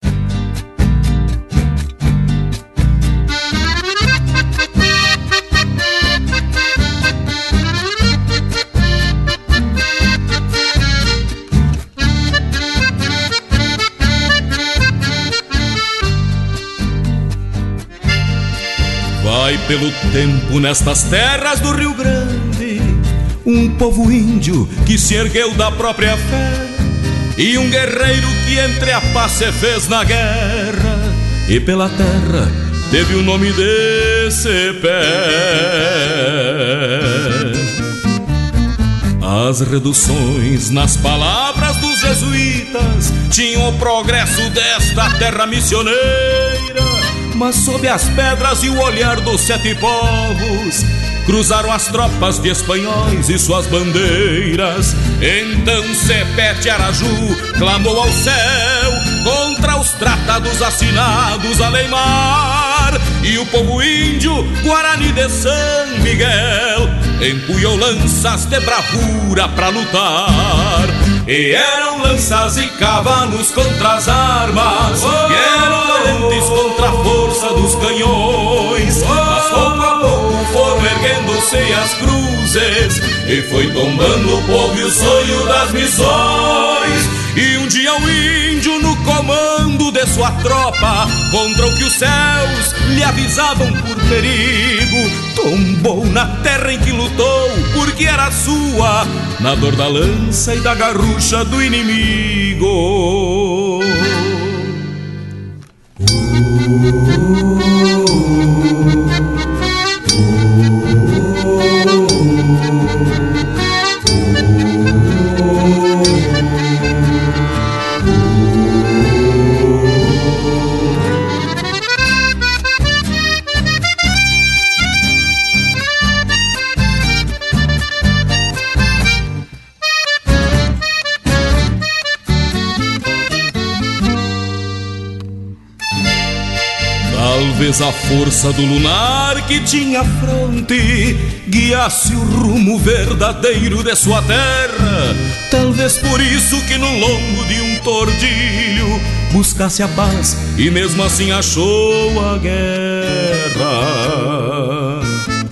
Vai pelo tempo nestas terras do Rio Grande um povo índio que se ergueu da própria fé e um guerreiro que entre a paz se fez na guerra e pela terra teve o nome de Sepé. As reduções nas palavras dos jesuítas tinham o progresso desta terra missioneira, mas sob as pedras e o olhar dos sete povos cruzaram as tropas de espanhóis e suas bandeiras. Então Sepete Araju clamou ao céu contra os tratados assinados a lei-mar, e o povo índio Guarani de São Miguel empunhou lanças de bravura pra lutar. E eram lanças e cavalos contra as armas, oh, e eram valentes contra a força dos canhões, oh, mas pouco a pouco foram erguendo-se as cruzes e foi tombando o povo e o sonho das missões. E um dia o índio no comando de sua tropa, contra o que os céus lhe avisavam por perigo, tombou na terra em que lutou, porque era sua, na dor da lança e da garrucha do inimigo. Talvez a força do lunar que tinha fronte guiasse o rumo verdadeiro de sua terra. Talvez por isso que no lombo de um tordilho buscasse a paz e mesmo assim achou a guerra.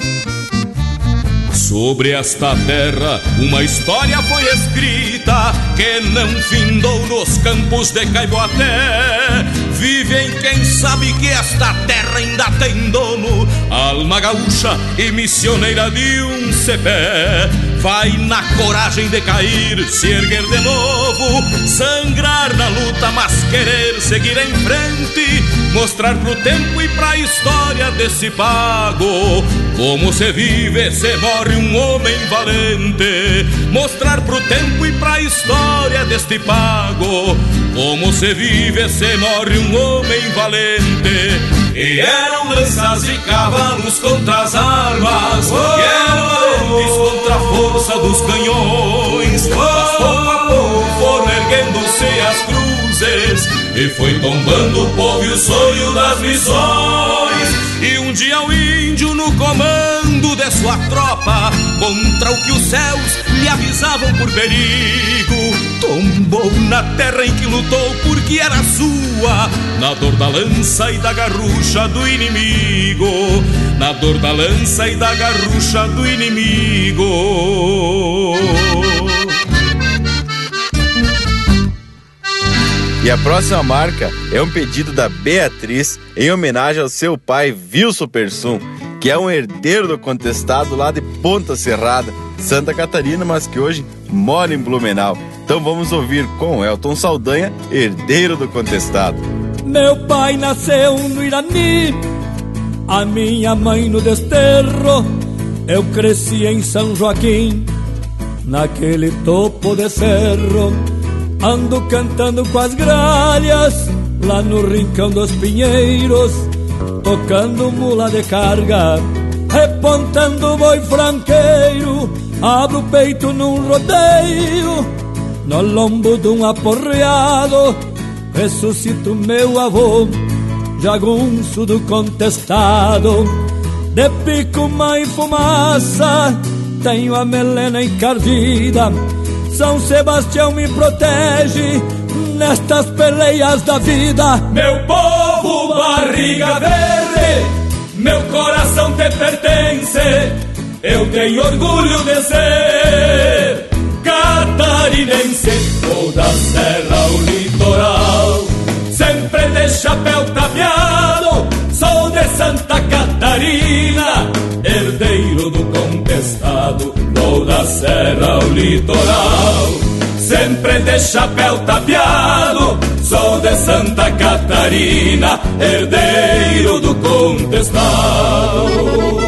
Sobre esta terra uma história foi escrita que não findou nos campos de Caiboaté. Vivem quem sabe que esta terra ainda tem dono, alma gaúcha e missioneira de um cepé. Vai na coragem de cair, se erguer de novo, sangrar na luta, mas querer seguir em frente, mostrar pro tempo e pra história desse pago como se vive, se morre um homem valente. Mostrar pro tempo e pra história deste pago como se vive, se morre um homem valente. E eram lanças e cavalos contra as armas, oh, e eram valentes contra a força dos canhões, oh, mas pouco a pouco foram erguendo-se as cruzes e foi tombando o povo e o sonho das missões. E um dia o índio no comando de sua tropa, contra o que os céus lhe avisavam por perigo, tombou na terra em que lutou porque era sua, na dor da lança e da garrucha do inimigo, na dor da lança e da garrucha do inimigo. E a próxima marca é um pedido da Beatriz em homenagem ao seu pai Wilson Persum, que é um herdeiro do contestado lá de Ponta Serrada, Santa Catarina, mas que hoje mora em Blumenau. Então vamos ouvir com Elton Saldanha, herdeiro do contestado. Meu pai nasceu no Irani, a minha mãe no Desterro. Eu cresci em São Joaquim, naquele topo de cerro. Ando cantando com as gralhas lá no rincão dos pinheiros, tocando mula de carga, repontando boi franqueiro. Abro o peito num rodeio, no lombo de um aporreado, ressuscito meu avô, jagunço do contestado. De pico, mãe, fumaça, tenho a melena encardida. São Sebastião me protege nestas peleias da vida. Meu povo, barriga verde, meu coração te pertence. Eu tenho orgulho de ser catarinense. Vou da serra ao litoral, sempre de chapéu tapeado. Sou de Santa Catarina, herdeiro do contestado. Vou da serra ao litoral, sempre de chapéu tapeado. Sou de Santa Catarina, herdeiro do contestado.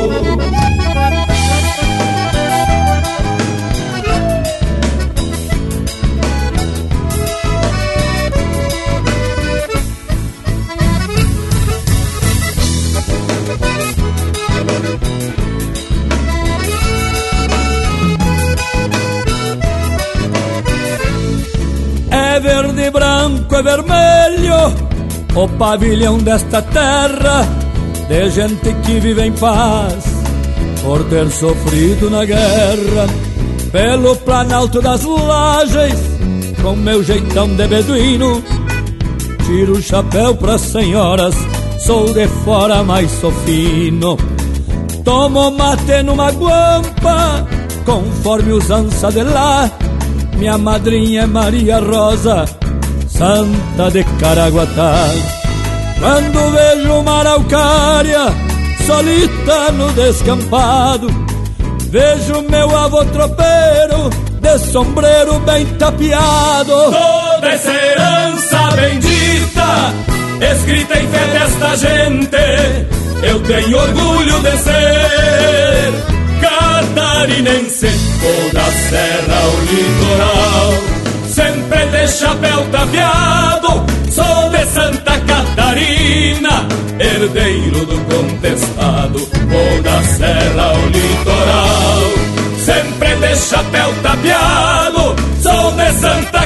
É verde, branco, é vermelho o pavilhão desta terra, de gente que vive em paz por ter sofrido na guerra. Pelo planalto das lajes, com meu jeitão de beduíno, tiro o chapéu pras senhoras, sou de fora, mas sou fino. Tomo mate numa guampa, conforme usança de lá. Minha madrinha é Maria Rosa, santa de Caraguatá. Quando vejo uma araucária solita no descampado, vejo meu avô tropeiro de sombreiro bem tapeado. Toda essa herança bendita, escrita em fé desta gente, eu tenho orgulho de ser catarinense. Vou da serra ao litoral, sempre de chapéu tapeado. Sou de Santa Catarina, herdeiro do contestado. Vou da serra ao litoral, sempre de chapéu tapeado. Sou de Santa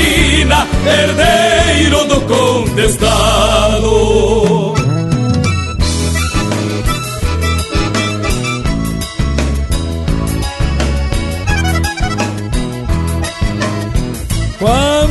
Catarina, herdeiro do contestado.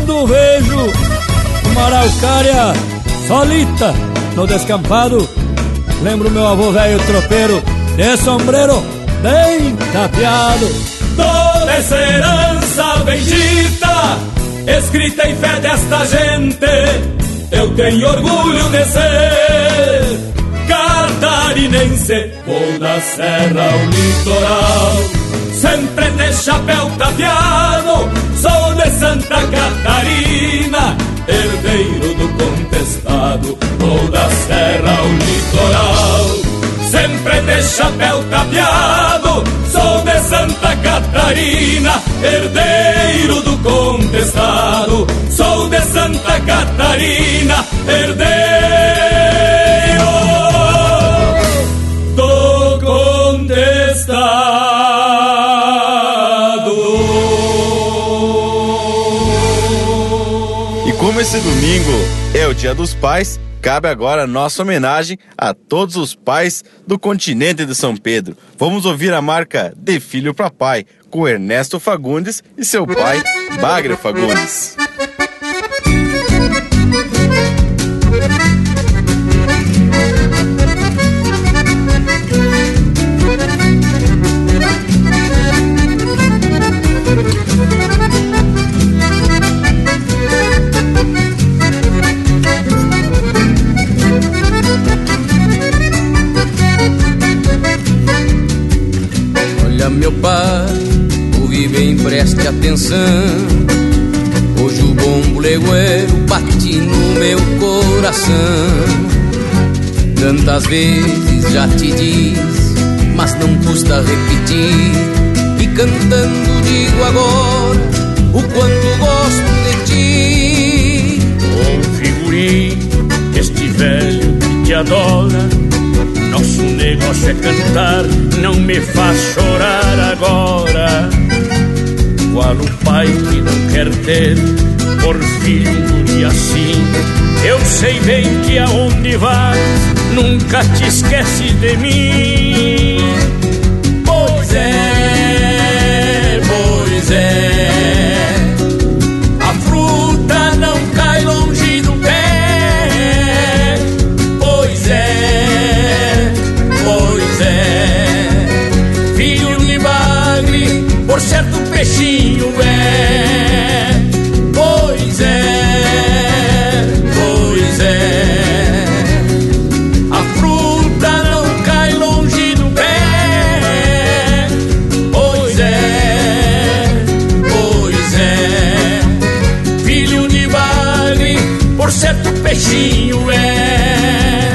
Quando vejo uma araucária solita no descampado, lembro meu avô velho tropeiro de sombreiro bem tapeado. Toda essa herança bendita, escrita em fé desta gente, eu tenho orgulho de ser catarinense. Vou da serra ao litoral, sempre de chapéu tapeado, sou de Santa Catarina, herdeiro do contestado. Vou da serra ao litoral, sempre de chapéu tapeado, sou de Santa Catarina, herdeiro do contestado. Sou de Santa Catarina, herdeiro do contestado. E como esse domingo é o Dia dos Pais, cabe agora a nossa homenagem a todos os pais do continente de São Pedro. Vamos ouvir a marca De Filho para Pai, com Ernesto Fagundes e seu pai, Bagre Fagundes. Meu pai, ouvi bem, preste atenção. Hoje o bom legueiro bate no meu coração. Tantas vezes já te diz, mas não custa repetir. E cantando digo agora o quanto gosto de ti. Ouve, guri, este velho que te adora, nosso negócio é cantar, não me faz chorar agora. Qual o pai que não quer ter por filho um guri assim? Eu sei bem que aonde vais nunca te esquece de mim. Pois é, pois é, a fruta não cai longe do pé. Pois é, pois é, filho de bagre, por certo peixinho é. Pois é, pois é, a fruta não cai longe do pé. Pois é, pois é, filho de bagre, por certo peixinho é.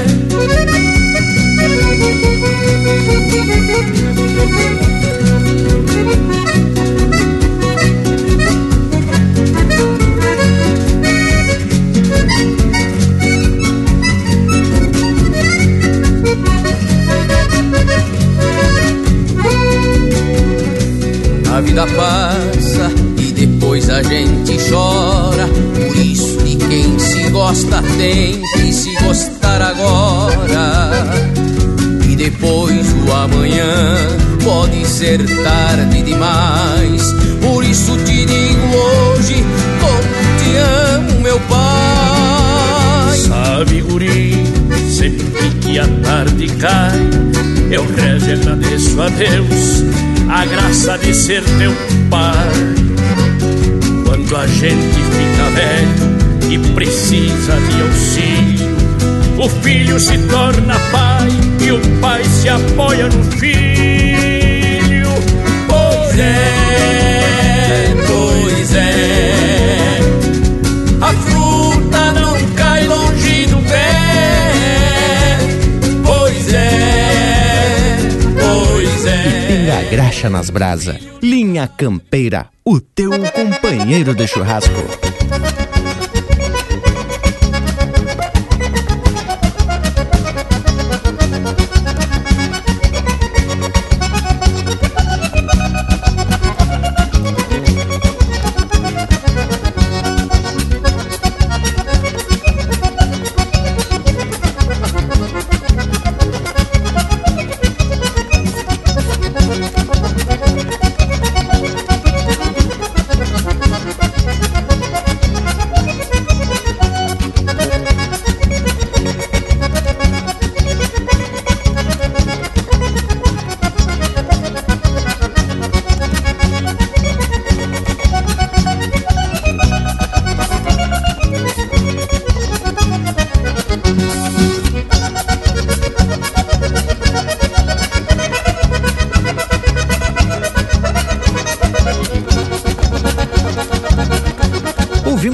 A vida passa e depois a gente chora. Por isso de quem se gosta tem que se gostar agora. E depois o amanhã pode ser tarde demais. Por isso te digo hoje como te amo, meu pai. Sabe, guri, sempre que a tarde cai, eu rezo e agradeço a Deus a graça de ser teu pai. Quando a gente fica velho e precisa de auxílio, o filho se torna pai e o pai se apoia no filho. Pois é, pois é, a fruta não cai longe do pé. Pois é, pois é. Pinga graxa nas brasa. Linha Campeira, o teu companheiro de churrasco.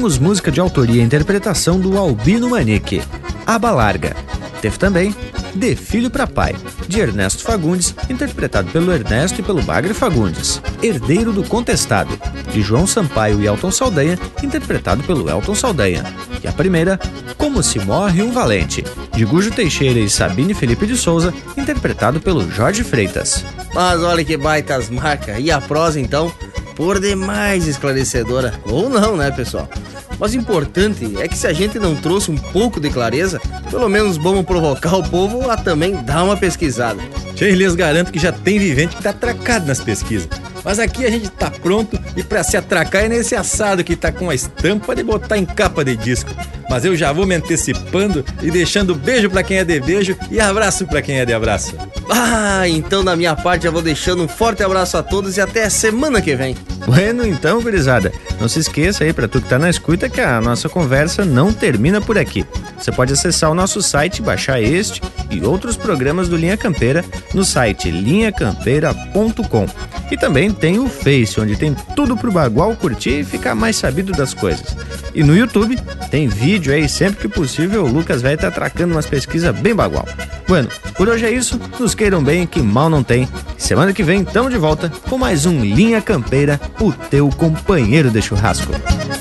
ouvimos música de autoria e interpretação do Albino Manique, Aba Larga. Teve também De Filho pra Pai, de Ernesto Fagundes, interpretado pelo Ernesto e pelo Bagre Fagundes. Herdeiro do Contestado, de João Sampaio e Elton Saldanha, interpretado pelo Elton Saldanha. E a primeira, Como Se Morre um Valente, de Gujo Teixeira e Sabine Felipe de Souza, interpretado pelo Jorge Freitas. Mas olha que baita as marcas. E a prosa, então, por demais esclarecedora. Ou não, né, pessoal? Mas o importante é que se a gente não trouxe um pouco de clareza, pelo menos vamos provocar o povo a também dar uma pesquisada. Tchê, lhes garanto que já tem vivente que tá atracado nas pesquisas. Mas aqui a gente tá pronto e pra se atracar é nesse assado que tá com a estampa de botar em capa de disco. Mas eu já vou me antecipando e deixando beijo pra quem é de beijo e abraço pra quem é de abraço. Ah, então da minha parte já vou deixando um forte abraço a todos e até a semana que vem. Bueno, então, gurizada, não se esqueça aí, pra tu que tá na escuta, que a nossa conversa não termina por aqui. Você pode acessar o nosso site e baixar este e outros programas do Linha Campeira no site linha campeira ponto com. E também tem o Face, onde tem tudo pro bagual curtir e ficar mais sabido das coisas. E no YouTube tem vídeo aí, sempre que possível, o Lucas vai estar atracando umas pesquisas bem bagual. Bueno, por hoje é isso, nos queiram bem, que mal não tem. Semana que vem estamos de volta com mais um Linha Campeira, o teu companheiro de churrasco.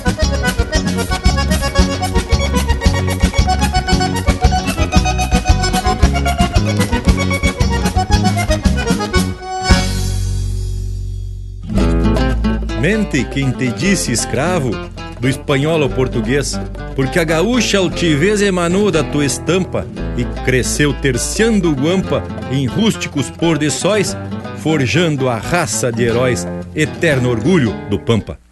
Mente quem te disse escravo, do espanhol ao português, porque a gaúcha altivez emanou da tua estampa e cresceu terciando guampa em rústicos pôr de sóis, forjando a raça de heróis, eterno orgulho do Pampa.